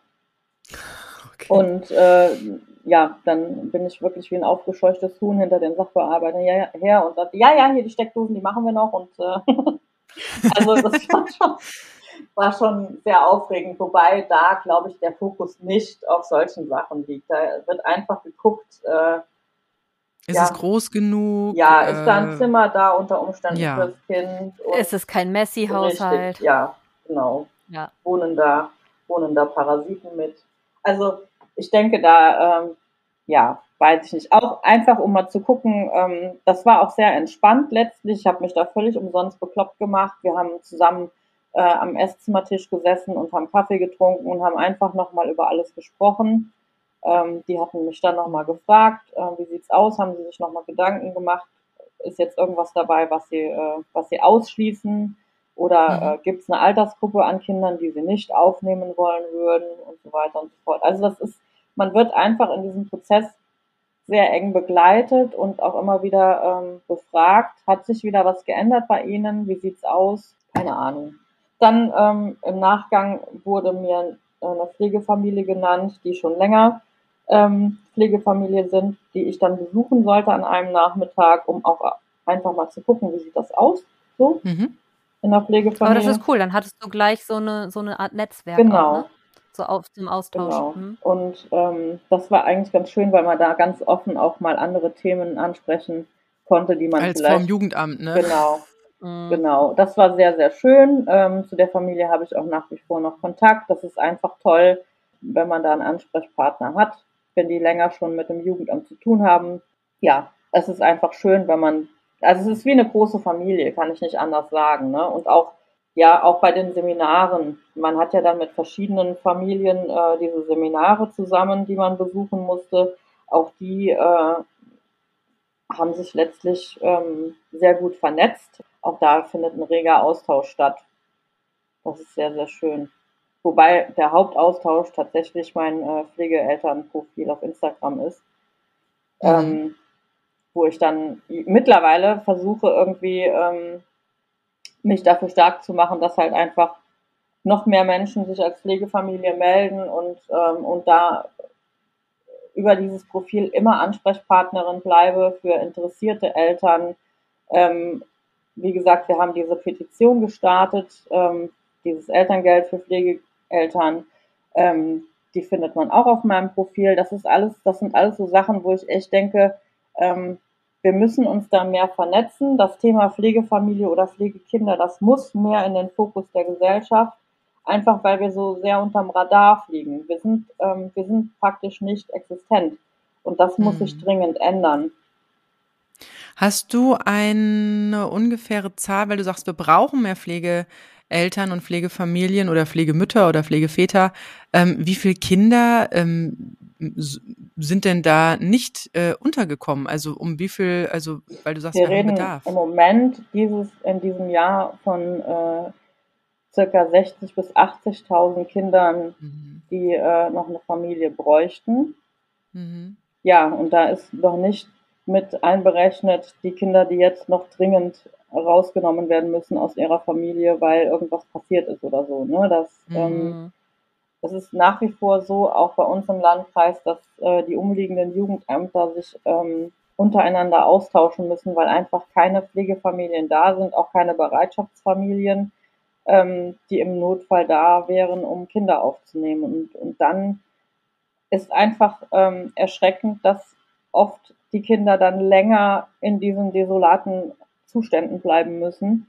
Okay. Und äh, ja, dann bin ich wirklich wie ein aufgescheuchtes Huhn hinter den Sachbearbeitern her und sagte, ja, ja, hier die Steckdosen, die machen wir noch. Und äh, also das war schon, war schon sehr aufregend, wobei da, glaube ich, der Fokus nicht auf solchen Sachen liegt. Da wird einfach geguckt, äh, Ist ja, es groß genug? ja, ist da ein Äh, Zimmer da unter Umständen ja. fürs Kind? Und Es ist kein Messi-Haushalt. richtig, ja, genau. Ja. Wohnen da, wohnen da Parasiten mit. Also ich denke da, ähm, ja, weiß ich nicht. Auch einfach, um mal zu gucken, ähm, das war auch sehr entspannt letztlich. Ich habe mich da völlig umsonst bekloppt gemacht. Wir haben zusammen äh, am Esszimmertisch gesessen und haben Kaffee getrunken und haben einfach nochmal über alles gesprochen. Ähm, die hatten mich dann nochmal gefragt, äh, wie sieht's aus? Haben sie sich nochmal Gedanken gemacht? Ist jetzt irgendwas dabei, was sie, äh, was sie ausschließen? Oder Mhm. äh, gibt es eine Altersgruppe an Kindern, die sie nicht aufnehmen wollen würden und so weiter und so fort. Also das ist, man wird einfach in diesem Prozess sehr eng begleitet und auch immer wieder ähm, befragt, hat sich wieder was geändert bei Ihnen, wie sieht's aus? Keine Ahnung. Dann ähm, im Nachgang wurde mir eine Pflegefamilie genannt, die schon länger ähm, Pflegefamilie sind, die ich dann besuchen sollte an einem Nachmittag, um auch einfach mal zu gucken, wie sieht das aus, so Mhm. in der Aber Pflegefamilie. das ist cool, dann hattest du gleich so eine, so eine Art Netzwerk Genau. auch, ne? so auf zum Austausch. Genau. Hm. Und ähm, das war eigentlich ganz schön, weil man da ganz offen auch mal andere Themen ansprechen konnte, die man Als vielleicht... vom Jugendamt, ne? Genau, Mhm. genau. Das war sehr, sehr schön. Ähm, zu der Familie habe ich auch nach wie vor noch Kontakt. Das ist einfach toll, wenn man da einen Ansprechpartner hat, wenn die länger schon mit dem Jugendamt zu tun haben. Ja, es ist einfach schön, wenn man, also es ist wie eine große Familie, kann ich nicht anders sagen, ne? Und auch, ja, auch bei den Seminaren. Man hat ja dann mit verschiedenen Familien äh, diese Seminare zusammen, die man besuchen musste. Auch die äh, haben sich letztlich ähm, sehr gut vernetzt. Auch da findet ein reger Austausch statt. Das ist sehr, sehr schön. Wobei der Hauptaustausch tatsächlich mein äh, Pflegeelternprofil auf Instagram ist, Mhm. ähm, wo ich dann mittlerweile versuche irgendwie ähm, mich dafür stark zu machen, dass halt einfach noch mehr Menschen sich als Pflegefamilie melden und, ähm, und da über dieses Profil immer Ansprechpartnerin bleibe für interessierte Eltern. Ähm, wie gesagt, wir haben diese Petition gestartet, ähm, dieses Elterngeld für Pflegeeltern. Ähm, die findet man auch auf meinem Profil. Das ist alles, das sind alles so Sachen, wo ich echt denke, ähm, wir müssen uns da mehr vernetzen. Das Thema Pflegefamilie oder Pflegekinder, das muss mehr in den Fokus der Gesellschaft. Einfach weil wir so sehr unterm Radar fliegen. Wir sind, ähm, wir sind praktisch nicht existent. Und das muss sich Mhm. dringend ändern. Hast du eine ungefähre Zahl, weil du sagst, wir brauchen mehr Pflegeeltern und Pflegefamilien oder Pflegemütter oder Pflegeväter. Ähm, wie viele Kinder ähm, s- sind denn da nicht äh, untergekommen? Also um wie viel, also weil du sagst, Wir wir haben reden Bedarf. im Moment dieses, in diesem Jahr von äh, circa sechzig bis achtzigtausend Kindern, Mhm. die äh, noch eine Familie bräuchten. Mhm. Ja, und da ist noch nicht mit einberechnet die Kinder, die jetzt noch dringend rausgenommen werden müssen aus ihrer Familie, weil irgendwas passiert ist oder so. Ne? Das, ähm, Mhm. es ist nach wie vor so, auch bei uns im Landkreis, dass äh, die umliegenden Jugendämter sich ähm, untereinander austauschen müssen, weil einfach keine Pflegefamilien da sind, auch keine Bereitschaftsfamilien, ähm, die im Notfall da wären, um Kinder aufzunehmen. Und, und dann ist einfach ähm, erschreckend, dass oft die Kinder dann länger in diesen desolaten Zuständen bleiben müssen.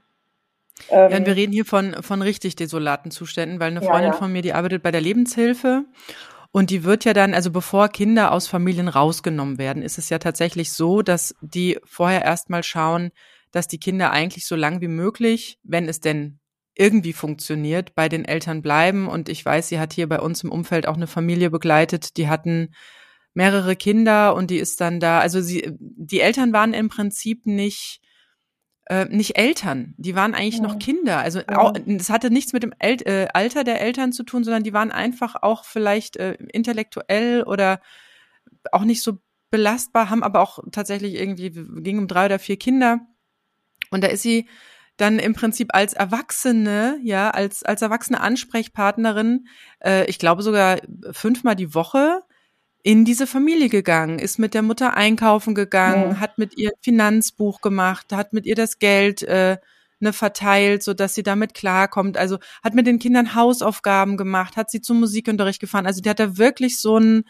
Ja, und wir Ähm, reden hier von, von richtig desolaten Zuständen, weil eine ja, Freundin ja. von mir, die arbeitet bei der Lebenshilfe und die wird ja dann, also bevor Kinder aus Familien rausgenommen werden, ist es ja tatsächlich so, dass die vorher erstmal schauen, dass die Kinder eigentlich so lang wie möglich, wenn es denn irgendwie funktioniert, bei den Eltern bleiben. Und ich weiß, sie hat hier bei uns im Umfeld auch eine Familie begleitet, die hatten mehrere Kinder und die ist dann da, also sie, die Eltern waren im Prinzip nicht äh, nicht Eltern, die waren eigentlich noch Hm, Kinder. Also auch, ja. das hatte nichts mit dem El äh, Alter der Eltern zu tun, sondern die waren einfach auch vielleicht äh, intellektuell oder auch nicht so belastbar, haben aber auch tatsächlich irgendwie, ging um drei oder vier Kinder. Und da ist sie dann im Prinzip als Erwachsene, ja, als, als erwachsene Ansprechpartnerin, äh, ich glaube sogar fünfmal die Woche in diese Familie gegangen, ist mit der Mutter einkaufen gegangen, Hm, hat mit ihr Finanzbuch gemacht, hat mit ihr das Geld äh, ne, verteilt, so dass sie damit klarkommt. Also hat mit den Kindern Hausaufgaben gemacht, hat sie zum Musikunterricht gefahren. Also die hat da wirklich so ein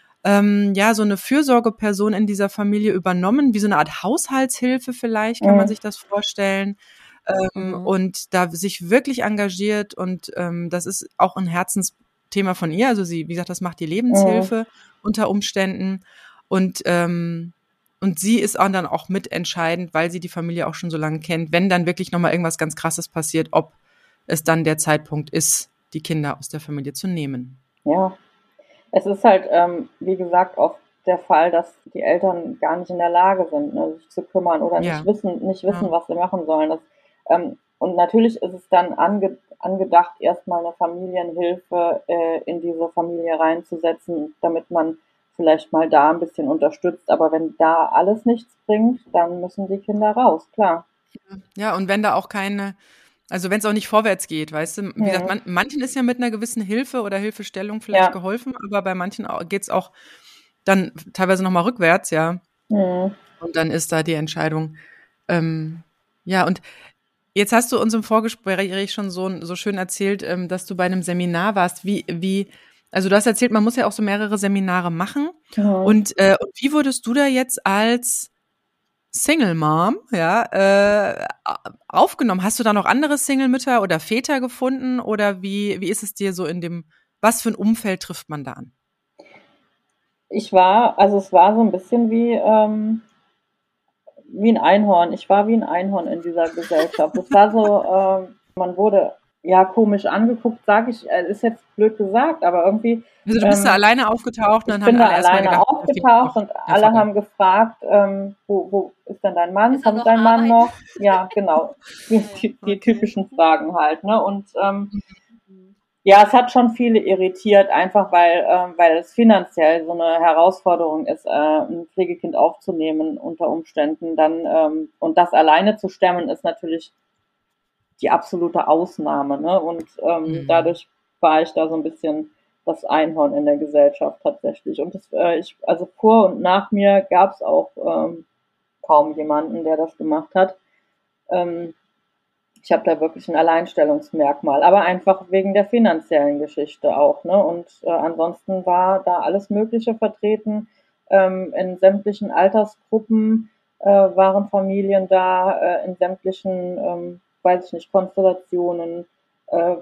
ähm, ja so eine Fürsorgeperson in dieser Familie übernommen, wie so eine Art Haushaltshilfe vielleicht, kann man hm, sich das vorstellen. Ähm, Mhm. und da sich wirklich engagiert und ähm, das ist auch ein Herzensthema von ihr. Also sie, wie gesagt, das macht die hm. Lebenshilfe unter Umständen und ähm, und sie ist auch dann auch mitentscheidend, weil sie die Familie auch schon so lange kennt, wenn dann wirklich nochmal irgendwas ganz Krasses passiert, ob es dann der Zeitpunkt ist, die Kinder aus der Familie zu nehmen. Ja, es ist halt, ähm, wie gesagt, oft der Fall, dass die Eltern gar nicht in der Lage sind, ne, sich zu kümmern oder nicht Ja, wissen, nicht ja. wissen, was sie machen sollen. Das, ähm, und natürlich ist es dann ange, angedacht, erstmal eine Familienhilfe äh, in diese Familie reinzusetzen, damit man vielleicht mal da ein bisschen unterstützt. Aber wenn da alles nichts bringt, dann müssen die Kinder raus, klar. Ja, und wenn da auch keine, also wenn es auch nicht vorwärts geht, weißt du, wie gesagt, Mhm. man, manchen ist ja mit einer gewissen Hilfe oder Hilfestellung vielleicht Ja. geholfen, aber bei manchen geht es auch dann teilweise nochmal rückwärts, ja. Mhm. Und dann ist da die Entscheidung. Ähm, ja, und jetzt hast du uns im Vorgespräch schon so, so schön erzählt, ähm, dass du bei einem Seminar warst. Wie, wie, Also du hast erzählt, man muss ja auch so mehrere Seminare machen. Mhm. Und, äh, und wie wurdest du da jetzt als Single Mom, ja, äh, aufgenommen? Hast du da noch andere Single-Mütter oder Väter gefunden? Oder wie, wie ist es dir so in dem, was für ein Umfeld trifft man da an? Ich war, also es war so ein bisschen wie, ähm, wie ein Einhorn. Ich war wie ein Einhorn in dieser Gesellschaft. Es war so, ähm, man wurde ja komisch angeguckt, sage ich, äh, ist jetzt blöd gesagt, aber irgendwie. Also du bist da Ähm, alleine aufgetaucht und ich dann haben bin da alle erstmal alleine gedacht, da fehlt aufgetaucht noch und der alle Vater. haben gefragt, ähm, wo, wo ist denn dein Mann? Ist er Kommt noch dein Mann arbeiten? noch? Ja, genau. Die, die, die Okay. typischen Fragen halt, ne? Und ähm, ja, es hat schon viele irritiert, einfach weil, ähm, weil es finanziell so eine Herausforderung ist, äh, ein Pflegekind aufzunehmen unter Umständen. Dann ähm, und das alleine zu stemmen, ist natürlich die absolute Ausnahme, ne? Und ähm, Mhm. dadurch war ich da so ein bisschen das Einhorn in der Gesellschaft tatsächlich. Und das, äh, ich, also vor und nach mir gab es auch ähm, kaum jemanden, der das gemacht hat. Ähm, ich habe da wirklich ein Alleinstellungsmerkmal, aber einfach wegen der finanziellen Geschichte auch, ne? Und äh, ansonsten war da alles Mögliche vertreten. Ähm, in sämtlichen Altersgruppen äh, waren Familien da, äh, in sämtlichen, ähm, weiß ich nicht, Konstellationen. Äh,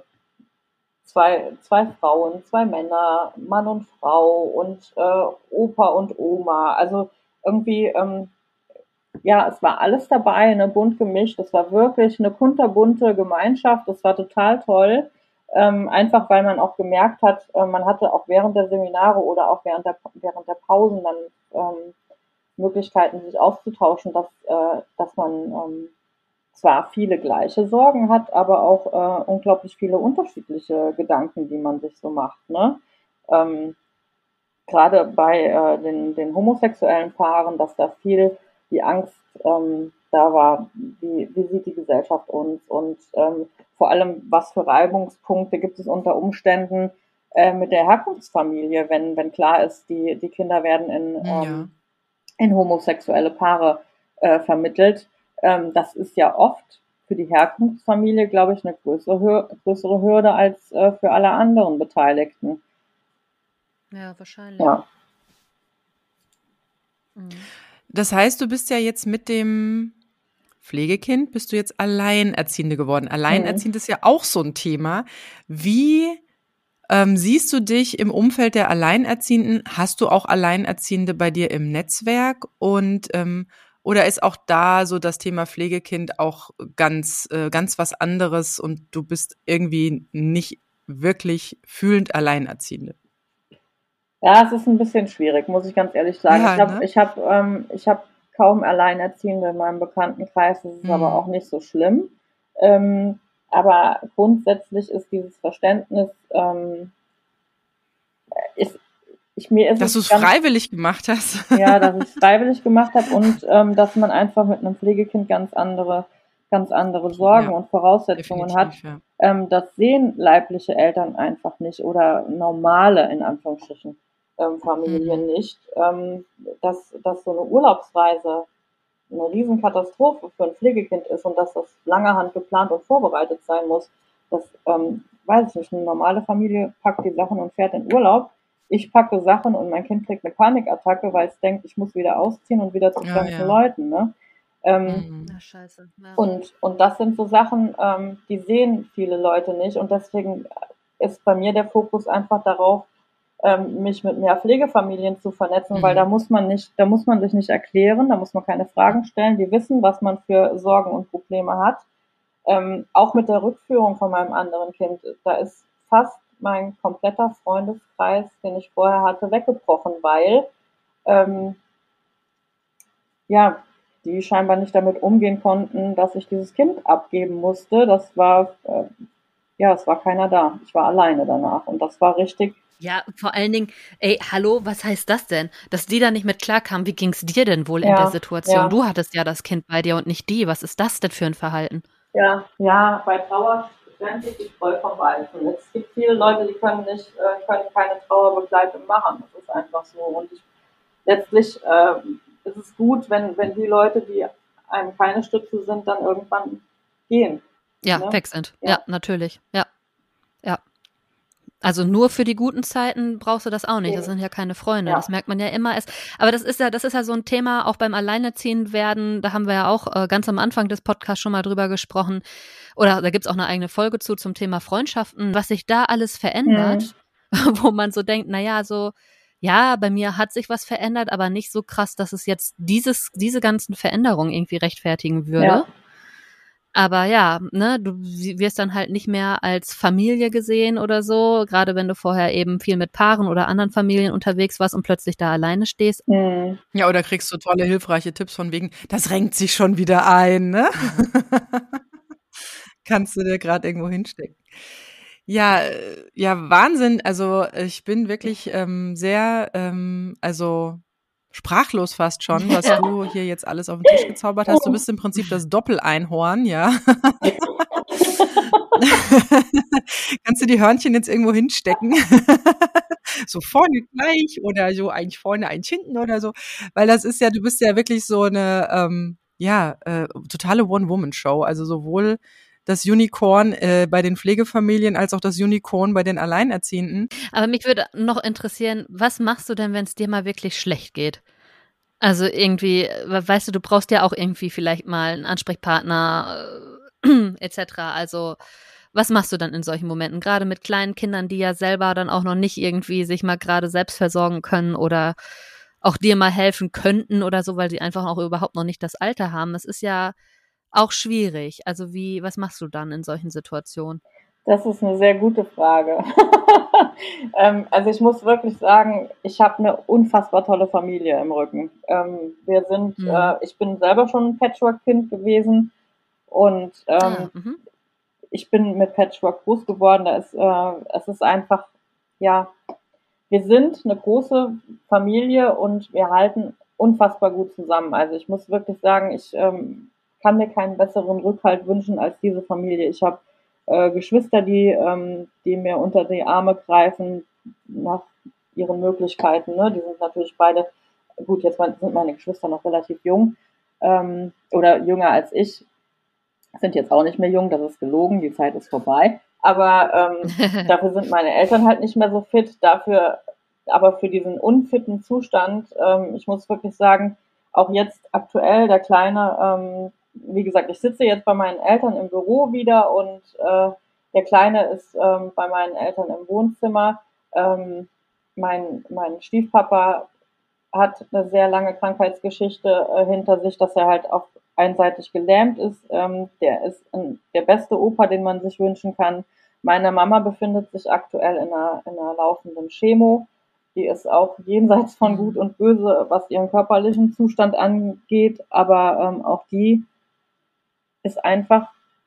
zwei, zwei Frauen, zwei Männer, Mann und Frau und äh, Opa und Oma. Also irgendwie, ähm, ja, es war alles dabei, ne, bunt gemischt. Es war wirklich eine kunterbunte Gemeinschaft. Das war total toll. Ähm, einfach weil man auch gemerkt hat, äh, man hatte auch während der Seminare oder auch während der, während der Pausen dann ähm, Möglichkeiten, sich auszutauschen, dass, äh, dass man ähm, zwar viele gleiche Sorgen hat, aber auch äh, unglaublich viele unterschiedliche Gedanken, die man sich so macht. Ne? Ähm, Gerade bei äh, den, den homosexuellen Paaren, dass da viel die Angst ähm, da war, wie, wie sieht die Gesellschaft uns und ähm, vor allem, was für Reibungspunkte gibt es unter Umständen äh, mit der Herkunftsfamilie, wenn, wenn klar ist, die, die Kinder werden in, Ja. ähm, in homosexuelle Paare äh, vermittelt. Ähm, das ist ja oft für die Herkunftsfamilie, glaube ich, eine größere, größere Hürde als äh, für alle anderen Beteiligten. Ja, wahrscheinlich. Ja. Mhm. Das heißt, du bist ja jetzt mit dem Pflegekind, bist du jetzt Alleinerziehende geworden. Alleinerziehend ist ja auch so ein Thema. Wie ähm, siehst du dich im Umfeld der Alleinerziehenden? Hast du auch Alleinerziehende bei dir im Netzwerk? Und ähm, oder ist auch da so das Thema Pflegekind auch ganz, äh, ganz was anderes und du bist irgendwie nicht wirklich fühlend Alleinerziehende? Ja, es ist ein bisschen schwierig, muss ich ganz ehrlich sagen. Ja, Ich habe ne? ich hab, ähm, ich hab kaum Alleinerziehende in meinem Bekanntenkreis, das ist Hm. aber auch nicht so schlimm. Ähm, aber grundsätzlich ist dieses Verständnis, ähm, ist, ich, mir ist Dass du es es ganz, freiwillig gemacht hast. ja, dass ich es freiwillig gemacht habe und ähm, dass man einfach mit einem Pflegekind ganz andere, ganz andere Sorgen Ja, und Voraussetzungen hat. definitiv, ja. Ähm, das sehen leibliche Eltern einfach nicht oder normale, in Anführungsstrichen, ähm, Familien Mhm. nicht. Ähm, dass, dass so eine Urlaubsreise eine Riesenkatastrophe für ein Pflegekind ist und dass das langerhand geplant und vorbereitet sein muss, das ähm, weiß ich nicht. Eine normale Familie packt die Sachen und fährt in Urlaub. Ich packe Sachen und mein Kind kriegt eine Panikattacke, weil es denkt, ich muss wieder ausziehen und wieder zu Ja, fremden ja. Leuten. Ne? Ähm, Mhm. Na, scheiße. Ja. und, und das sind so Sachen, ähm, die sehen viele Leute nicht. Und deswegen ist bei mir der Fokus einfach darauf, ähm, mich mit mehr Pflegefamilien zu vernetzen, Mhm. weil da muss man nicht, da muss man sich nicht erklären, da muss man keine Fragen stellen. Die wissen, was man für Sorgen und Probleme hat. Ähm, auch mit der Rückführung von meinem anderen Kind, da ist fast mein kompletter Freundeskreis, den ich vorher hatte, weggebrochen, weil ähm, ja, die scheinbar nicht damit umgehen konnten, dass ich dieses Kind abgeben musste. Das war, äh, ja, es war keiner da. Ich war alleine danach und das war richtig. Ja, vor allen Dingen, ey, hallo, was heißt das denn? Dass die da nicht mit klarkamen, wie ging's dir denn wohl in der Ja, Situation? ja, Du hattest ja das Kind bei dir und nicht die. Was ist das denn für ein Verhalten? ja, ja, bei Trauer trennt sich die Spreu vom Weizen. Es gibt viele Leute, die können nicht, äh, können keine Trauerbegleitung machen. Das ist einfach so. Und ich, letztlich äh, ist es gut, wenn, wenn die Leute, die einem keine Stütze sind, dann irgendwann gehen. Ja, Ne? weg sind. Ja. Ja, natürlich. Ja, ja. Also nur für die guten Zeiten brauchst du das auch nicht. Das sind ja keine Freunde. Ja. Das merkt man ja immer erst. Aber das ist ja, das ist ja so ein Thema auch beim Alleinerziehendwerden. Da haben wir ja auch äh, ganz am Anfang des Podcasts schon mal drüber gesprochen. Oder da gibt's auch eine eigene Folge zu zum Thema Freundschaften, was sich da alles verändert, mhm. wo man so denkt, na ja, so ja, bei mir hat sich was verändert, aber nicht so krass, dass es jetzt dieses diese ganzen Veränderungen irgendwie rechtfertigen würde. Ja. Aber ja, ne, du wirst dann halt nicht mehr als Familie gesehen oder so, gerade wenn du vorher eben viel mit Paaren oder anderen Familien unterwegs warst und plötzlich da alleine stehst. Mhm. Ja, oder kriegst du tolle, hilfreiche Tipps von wegen, das renkt sich schon wieder ein, ne? Kannst du dir gerade irgendwo hinstecken. Ja, ja, Wahnsinn. Also ich bin wirklich ähm, sehr, ähm, also sprachlos fast schon, was du hier jetzt alles auf den Tisch gezaubert hast. Du bist im Prinzip das Doppeleinhorn, ja. Kannst du die Hörnchen jetzt irgendwo hinstecken? So vorne gleich oder so eigentlich vorne, eins hinten oder so. Weil das ist ja, du bist ja wirklich so eine, ähm, ja, äh, totale One-Woman-Show. Also sowohl das Unicorn äh, bei den Pflegefamilien als auch das Unicorn bei den Alleinerziehenden. Aber mich würde noch interessieren, was machst du denn, wenn es dir mal wirklich schlecht geht? Also irgendwie, weißt du, du brauchst ja auch irgendwie vielleicht mal einen Ansprechpartner äh, et cetera. Also was machst du dann in solchen Momenten? Gerade mit kleinen Kindern, die ja selber dann auch noch nicht irgendwie sich mal gerade selbst versorgen können oder auch dir mal helfen könnten oder so, weil sie einfach auch überhaupt noch nicht das Alter haben. Es ist ja auch schwierig. Also wie, was machst du dann in solchen Situationen? Das ist eine sehr gute Frage. ähm, also ich muss wirklich sagen, ich habe eine unfassbar tolle Familie im Rücken. Ähm, wir sind, mhm. äh, ich bin selber schon ein Patchwork-Kind gewesen und ähm, ah, ich bin mit Patchwork groß geworden. Da ist, äh, es ist einfach, ja, wir sind eine große Familie und wir halten unfassbar gut zusammen. Also ich muss wirklich sagen, ich ähm, kann mir keinen besseren Rückhalt wünschen als diese Familie. Ich habe äh, Geschwister, die, ähm, die mir unter die Arme greifen nach ihren Möglichkeiten. Ne? Die sind natürlich beide, gut, jetzt sind meine Geschwister noch relativ jung ähm, oder jünger als ich, sind jetzt auch nicht mehr jung, das ist gelogen, die Zeit ist vorbei. Aber ähm, dafür sind meine Eltern halt nicht mehr so fit. Dafür, aber für diesen unfitten Zustand, ähm, ich muss wirklich sagen, auch jetzt aktuell der Kleine, ähm, wie gesagt, ich sitze jetzt bei meinen Eltern im Büro wieder und äh, der Kleine ist ähm, bei meinen Eltern im Wohnzimmer. Ähm, mein, mein Stiefpapa hat eine sehr lange Krankheitsgeschichte äh, hinter sich, dass er halt auch einseitig gelähmt ist. Ähm, der ist ein, der beste Opa, den man sich wünschen kann. Meine Mama befindet sich aktuell in einer, in einer laufenden Chemo. Die ist auch jenseits von Gut und Böse, was ihren körperlichen Zustand angeht, aber ähm, auch die ist einfach.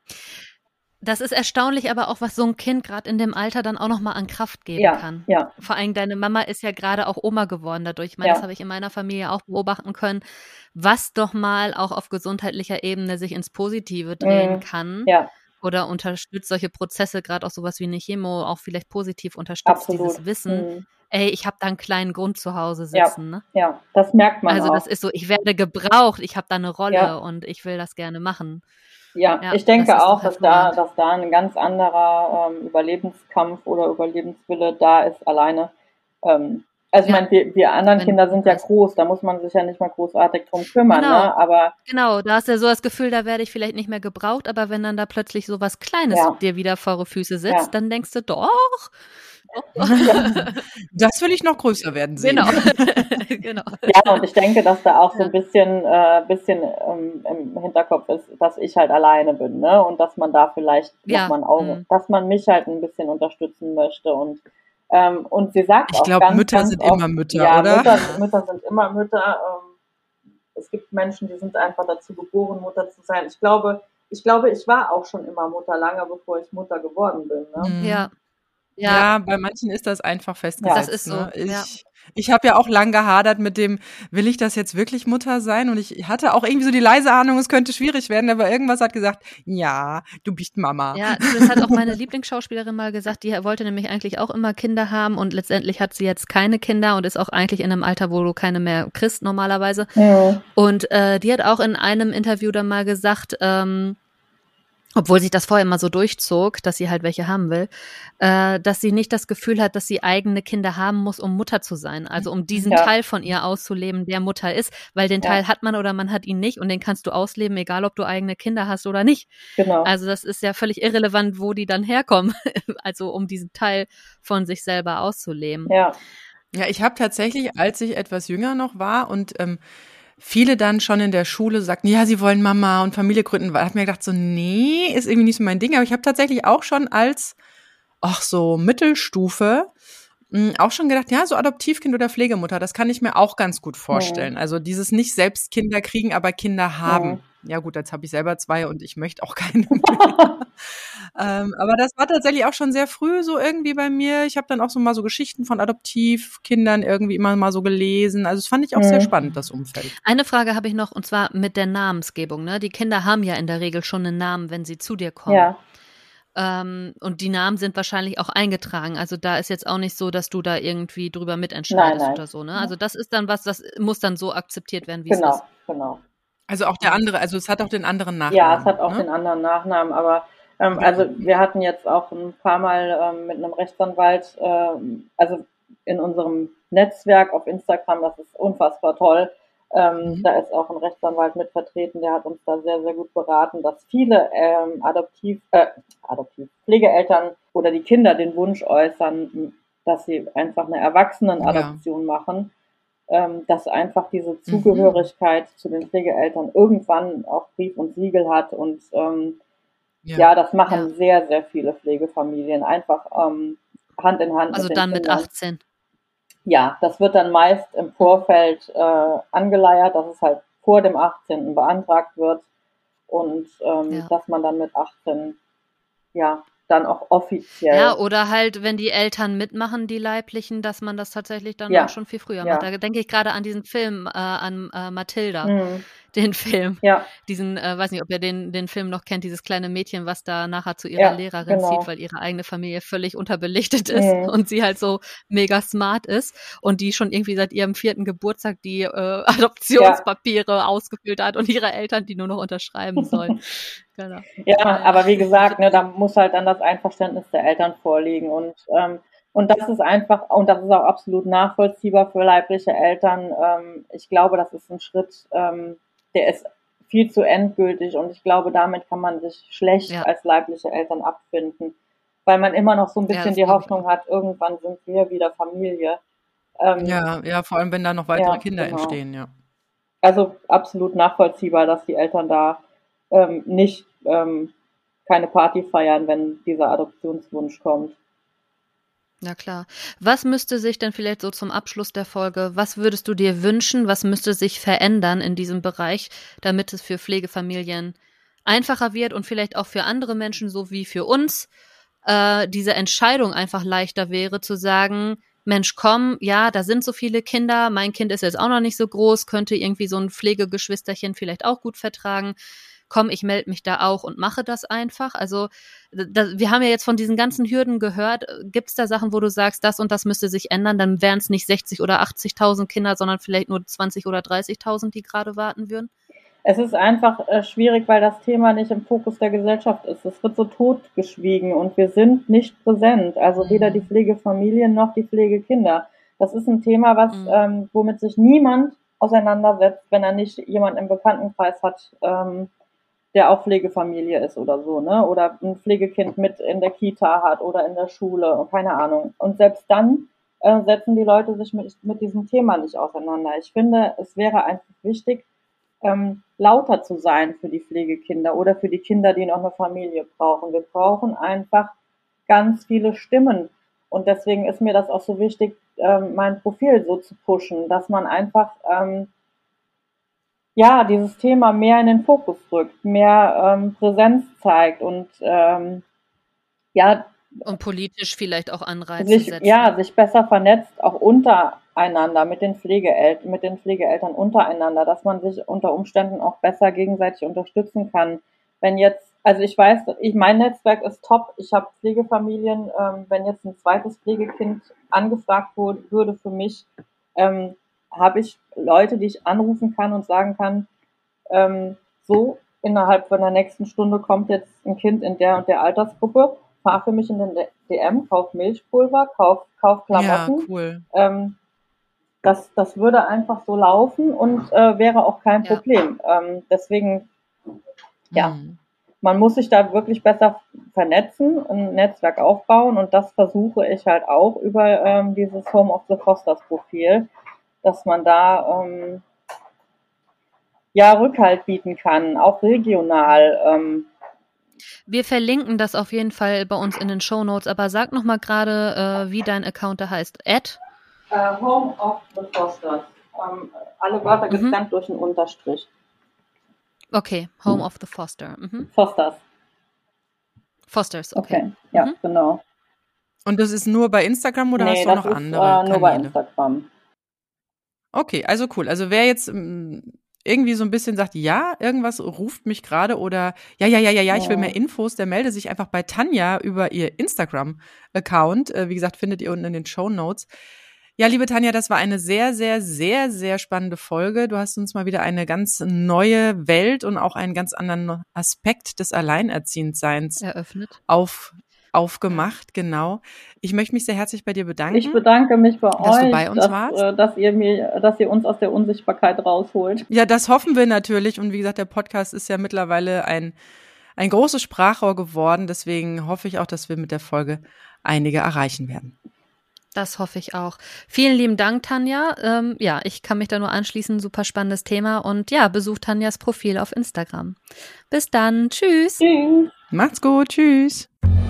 Das ist erstaunlich, aber auch, was so ein Kind gerade in dem Alter dann auch nochmal an Kraft geben ja, kann. Ja. Vor allem deine Mama ist ja gerade auch Oma geworden dadurch. Ich meine, ja. das habe ich in meiner Familie auch beobachten können, was doch mal auch auf gesundheitlicher Ebene sich ins Positive drehen mhm. kann. Ja. Oder unterstützt solche Prozesse, gerade auch sowas wie eine Chemo, auch vielleicht positiv unterstützt, Absolut. dieses Wissen. Mhm. Ey, ich habe da einen kleinen Grund zu Hause Ja, sitzen. Ne? ja, das merkt man Also auch. das ist so, ich werde gebraucht, ich habe da eine Rolle ja. und ich will das gerne machen. Ja, ja, ich denke das auch, dass da, dass da ein ganz anderer ähm, Überlebenskampf oder Überlebenswille da ist, alleine. Ähm, also ja. ich meine, wir, wir anderen Wenn, Kinder sind ja groß, da muss man sich ja nicht mal großartig drum kümmern, genau. ne? Aber genau, da hast du ja so das Gefühl, da werde ich vielleicht nicht mehr gebraucht, aber wenn dann da plötzlich so was Kleines ja. dir wieder vor die Füße sitzt, ja. dann denkst du, doch, das will ich noch größer werden sehen. Genau. genau. Ja, und ich denke, dass da auch so ein bisschen, äh, bisschen ähm, im Hinterkopf ist, dass ich halt alleine bin, ne? Und dass man da vielleicht ja. noch mal ein Auge, mhm. dass man mich halt ein bisschen unterstützen möchte und ähm, und sie sagt ich auch glaube, ganz, Mütter ganz sind oft, immer Mütter, ja, oder? Mütter, Mütter sind immer Mütter. Ähm, es gibt Menschen, die sind einfach dazu geboren, Mutter zu sein. Ich glaube, ich glaube, ich war auch schon immer Mutter, lange bevor ich Mutter geworden bin. Ne? Mhm. Ja. Ja. ja, bei manchen ist das einfach festgesetzt. Das ist so, ne? Ich, ja. ich habe ja auch lang gehadert mit dem, will ich das jetzt wirklich Mutter sein? Und ich hatte auch irgendwie so die leise Ahnung, es könnte schwierig werden, aber irgendwas hat gesagt, ja, du bist Mama. Ja, das hat auch meine Lieblingsschauspielerin mal gesagt, die wollte nämlich eigentlich auch immer Kinder haben und letztendlich hat sie jetzt keine Kinder und ist auch eigentlich in einem Alter, wo du keine mehr kriegst normalerweise. Ja. Und äh, die hat auch in einem Interview dann mal gesagt, ähm, obwohl sich das vorher immer so durchzog, dass sie halt welche haben will, äh, dass sie nicht das Gefühl hat, dass sie eigene Kinder haben muss, um Mutter zu sein. Also um diesen Ja. Teil von ihr auszuleben, der Mutter ist, weil den Ja. Teil hat man oder man hat ihn nicht und den kannst du ausleben, egal ob du eigene Kinder hast oder nicht. Genau. Also das ist ja völlig irrelevant, wo die dann herkommen, also um diesen Teil von sich selber auszuleben. Ja. Ja, ich habe tatsächlich, als ich etwas jünger noch war und ähm, viele dann schon in der Schule sagten, ja, sie wollen Mama und Familie gründen, habe mir gedacht, so, nee, ist irgendwie nicht so mein Ding. Aber ich habe tatsächlich auch schon als, ach so, Mittelstufe mh, auch schon gedacht, ja, so Adoptivkind oder Pflegemutter, das kann ich mir auch ganz gut vorstellen. Mhm. Also dieses nicht selbst Kinder kriegen, aber Kinder haben. Mhm. Ja gut, jetzt habe ich selber zwei und ich möchte auch keine mehr. ähm, aber das war tatsächlich auch schon sehr früh so irgendwie bei mir. Ich habe dann auch so mal so Geschichten von Adoptivkindern irgendwie immer mal so gelesen. Also das fand ich auch sehr Mhm. spannend, das Umfeld. Eine Frage habe ich noch, und zwar mit der Namensgebung. Ne? Die Kinder haben ja in der Regel schon einen Namen, wenn sie zu dir kommen. Ja. Ähm, und die Namen sind wahrscheinlich auch eingetragen. Also da ist jetzt auch nicht so, dass du da irgendwie drüber mitentscheidest Nein, nein. oder so. Ne? Also das ist dann was, das muss dann so akzeptiert werden, wie es Genau, ist. genau. Also auch der andere, also es hat auch den anderen Nachnamen. Ja, es hat auch ne? den anderen Nachnamen, aber ähm, also wir hatten jetzt auch ein paar Mal ähm, mit einem Rechtsanwalt, ähm, also in unserem Netzwerk auf Instagram, das ist unfassbar toll. Ähm, Mhm. Da ist auch ein Rechtsanwalt mit vertreten, der hat uns da sehr, sehr gut beraten, dass viele ähm, Adoptiv, äh, Adoptiv, Pflegeeltern oder die Kinder den Wunsch äußern, dass sie einfach eine Erwachsenenadoption machen. Ähm, dass einfach diese Zugehörigkeit mhm. zu den Pflegeeltern irgendwann auch Brief und Siegel hat und ähm, ja. ja, das machen ja. sehr, sehr viele Pflegefamilien einfach ähm, Hand in Hand also mit den dann Kindern. mit achtzehn? Ja, das wird dann meist im Vorfeld äh, angeleiert, dass es halt vor dem achtzehnten beantragt wird und ähm, ja. dass man dann mit achtzehn ja dann auch offiziell. Ja, oder halt, wenn die Eltern mitmachen, die Leiblichen, dass man das tatsächlich dann ja. auch schon viel früher ja. macht. Da denke ich gerade an diesen Film, äh, an äh, Mathilda, mhm. den Film. Ja. Diesen, äh, weiß nicht, ob ihr den, den Film noch kennt, dieses kleine Mädchen, was da nachher zu ihrer ja, Lehrerin genau. zieht, weil ihre eigene Familie völlig unterbelichtet ist mhm. und sie halt so mega smart ist und die schon irgendwie seit ihrem vierten Geburtstag die äh, Adoptionspapiere ja. ausgefüllt hat und ihre Eltern die nur noch unterschreiben sollen. Genau. Ja, ja, aber wie gesagt, ne, da muss halt dann das Einverständnis der Eltern vorliegen und ähm, und das ist einfach, und das ist auch absolut nachvollziehbar für leibliche Eltern. Ähm, ich glaube, das ist ein Schritt, ähm, der ist viel zu endgültig und ich glaube, damit kann man sich schlecht ja. als leibliche Eltern abfinden, weil man immer noch so ein bisschen ja, die Hoffnung hat, irgendwann sind wir wieder Familie. Ähm, ja, ja, vor allem, wenn da noch weitere ja, Kinder genau. entstehen, ja. Also absolut nachvollziehbar, dass die Eltern da ähm, nicht ähm, keine Party feiern, wenn dieser Adoptionswunsch kommt. Na klar. Was müsste sich denn vielleicht so zum Abschluss der Folge, was würdest du dir wünschen, was müsste sich verändern in diesem Bereich, damit es für Pflegefamilien einfacher wird und vielleicht auch für andere Menschen, so wie für uns, äh, diese Entscheidung einfach leichter wäre, zu sagen, Mensch, komm, ja, da sind so viele Kinder, mein Kind ist jetzt auch noch nicht so groß, könnte irgendwie so ein Pflegegeschwisterchen vielleicht auch gut vertragen. Komm, ich melde mich da auch und mache das einfach. Also da, wir haben ja jetzt von diesen ganzen Hürden gehört. Gibt es da Sachen, wo du sagst, das und das müsste sich ändern? Dann wären es nicht sechzig oder achtzigtausend Kinder, sondern vielleicht nur zwanzig oder dreißigtausend, die gerade warten würden? Es ist einfach äh, schwierig, weil das Thema nicht im Fokus der Gesellschaft ist. Es wird so totgeschwiegen und wir sind nicht präsent. Also mhm. weder die Pflegefamilien noch die Pflegekinder. Das ist ein Thema, was mhm. ähm, womit sich niemand auseinandersetzt, wenn er nicht jemanden im Bekanntenkreis hat, ähm, der auch Pflegefamilie ist oder so, ne? Oder ein Pflegekind mit in der Kita hat oder in der Schule und keine Ahnung. Und selbst dann äh, setzen die Leute sich mit, mit diesem Thema nicht auseinander. Ich finde, es wäre einfach wichtig, ähm, lauter zu sein für die Pflegekinder oder für die Kinder, die noch eine Familie brauchen. Wir brauchen einfach ganz viele Stimmen. Und deswegen ist mir das auch so wichtig, ähm, mein Profil so zu pushen, dass man einfach ähm, ja, dieses Thema mehr in den Fokus rückt, mehr ähm, Präsenz zeigt und ähm, ja und politisch vielleicht auch Anreize sich, setzt. Ja, sich besser vernetzt, auch untereinander, mit den Pflegeeltern, mit den Pflegeeltern untereinander, dass man sich unter Umständen auch besser gegenseitig unterstützen kann. Wenn jetzt, also ich weiß, ich, mein Netzwerk ist top, ich habe Pflegefamilien, ähm, wenn jetzt ein zweites Pflegekind angefragt wurde, würde für mich, ähm, habe ich Leute, die ich anrufen kann und sagen kann, ähm, so, innerhalb von der nächsten Stunde kommt jetzt ein Kind in der und der Altersgruppe, fahr für mich in den D M, kauf Milchpulver, kauf, kauf Klamotten. Ja, cool. Ähm, das, das würde einfach so laufen und äh, wäre auch kein Ja. Problem. Ähm, deswegen, ja, Hm. man muss sich da wirklich besser vernetzen, ein Netzwerk aufbauen und das versuche ich halt auch über ähm, dieses Home of the Fosters Profil, dass man da ähm, ja Rückhalt bieten kann, auch regional. Ähm, Wir verlinken das auf jeden Fall bei uns in den Shownotes, aber sag noch mal gerade, äh, wie dein Account da heißt. Ad? äh, Home of the Fosters. Ähm, alle Wörter Mhm. getrennt durch einen Unterstrich. Okay, Home of the Foster. Mhm. Fosters. Fosters, okay. Okay, ja, Mhm. genau. Und das ist nur bei Instagram oder Nee, hast du das noch ist andere äh, nur bei Kanäle? Instagram. Okay, also cool. Also wer jetzt ähm, irgendwie so ein bisschen sagt, ja, irgendwas ruft mich gerade oder ja, ja, ja, ja, ja, ich will Ja. mehr Infos, der melde sich einfach bei Tanja über ihr Instagram-Account. Äh, wie gesagt, findet ihr unten in den Shownotes. Ja, liebe Tanja, das war eine sehr, sehr, sehr, sehr spannende Folge. Du hast uns mal wieder eine ganz neue Welt und auch einen ganz anderen Aspekt des Alleinerziehendseins Eröffnet. auf, aufgemacht, genau. Ich möchte mich sehr herzlich bei dir bedanken. Ich bedanke mich bei Dass du euch, bei uns dass, warst. äh, dass ihr mir, dass ihr uns aus der Unsichtbarkeit rausholt. Ja, das hoffen wir natürlich. Und wie gesagt, der Podcast ist ja mittlerweile ein, ein großes Sprachrohr geworden. Deswegen hoffe ich auch, dass wir mit der Folge einige erreichen werden. Das hoffe ich auch. Vielen lieben Dank, Tanja. Ähm, ja, ich kann mich da nur anschließen. Super spannendes Thema. Und ja, besucht Tanjas Profil auf Instagram. Bis dann. Tschüss. Tschüss. Macht's gut. Tschüss.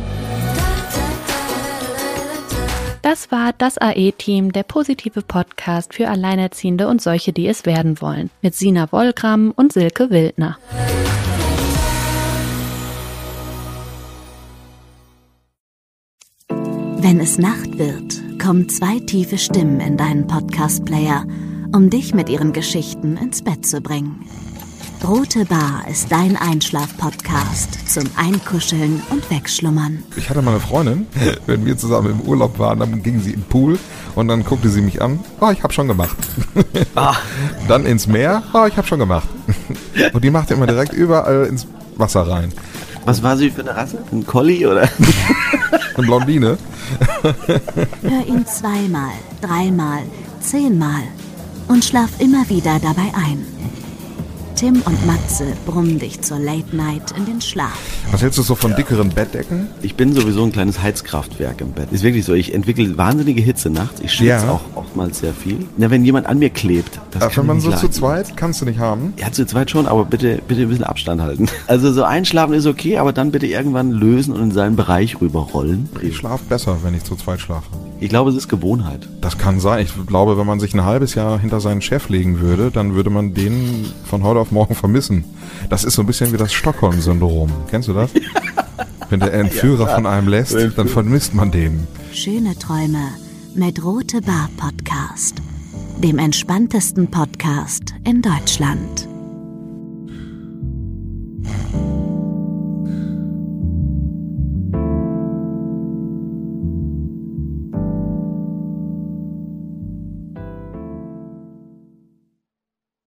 Das war das A E-Team, der positive Podcast für Alleinerziehende und solche, die es werden wollen. Mit Sina Wollgramm und Silke Wildner. Wenn es Nacht wird, kommen zwei tiefe Stimmen in deinen Podcast-Player, um dich mit ihren Geschichten ins Bett zu bringen. Rote Bar ist dein Einschlaf-Podcast zum Einkuscheln und Wegschlummern. Ich hatte mal eine Freundin, wenn wir zusammen im Urlaub waren, dann ging sie in den Pool und dann guckte sie mich an, oh, ich hab schon gemacht. Ah. Dann ins Meer, oh, ich hab schon gemacht. Und die machte immer direkt überall ins Wasser rein. Was war sie für eine Rasse? Ein Collie oder? Eine Blondine. Hör ihn zweimal, dreimal, zehnmal und schlaf immer wieder dabei ein. Tim und Matze brummen dich zur Late Night in den Schlaf. Was hältst du so von dickeren Bettdecken? Ich bin sowieso ein kleines Heizkraftwerk im Bett. Ist wirklich so, ich entwickle wahnsinnige Hitze nachts. Ich schwitze Ja. auch oftmals sehr viel. Na, wenn jemand an mir klebt, das Ach, kann wenn man ich so nicht zu leiden. zweit, kannst du nicht haben. Ja, zu zweit schon, aber bitte, bitte ein bisschen Abstand halten. Also so einschlafen ist okay, aber dann bitte irgendwann lösen und in seinen Bereich rüberrollen. Ich schlafe besser, wenn ich zu zweit schlafe. Ich glaube, es ist Gewohnheit. Das kann sein. Ich glaube, wenn man sich ein halbes Jahr hinter seinen Chef legen würde, dann würde man den von heute auf morgen vermissen. Das ist so ein bisschen wie das Stockholm-Syndrom. Kennst du das? Wenn der Entführer von einem lässt, dann vermisst man den. Schöne Träume mit Rote Bar Podcast, dem entspanntesten Podcast in Deutschland.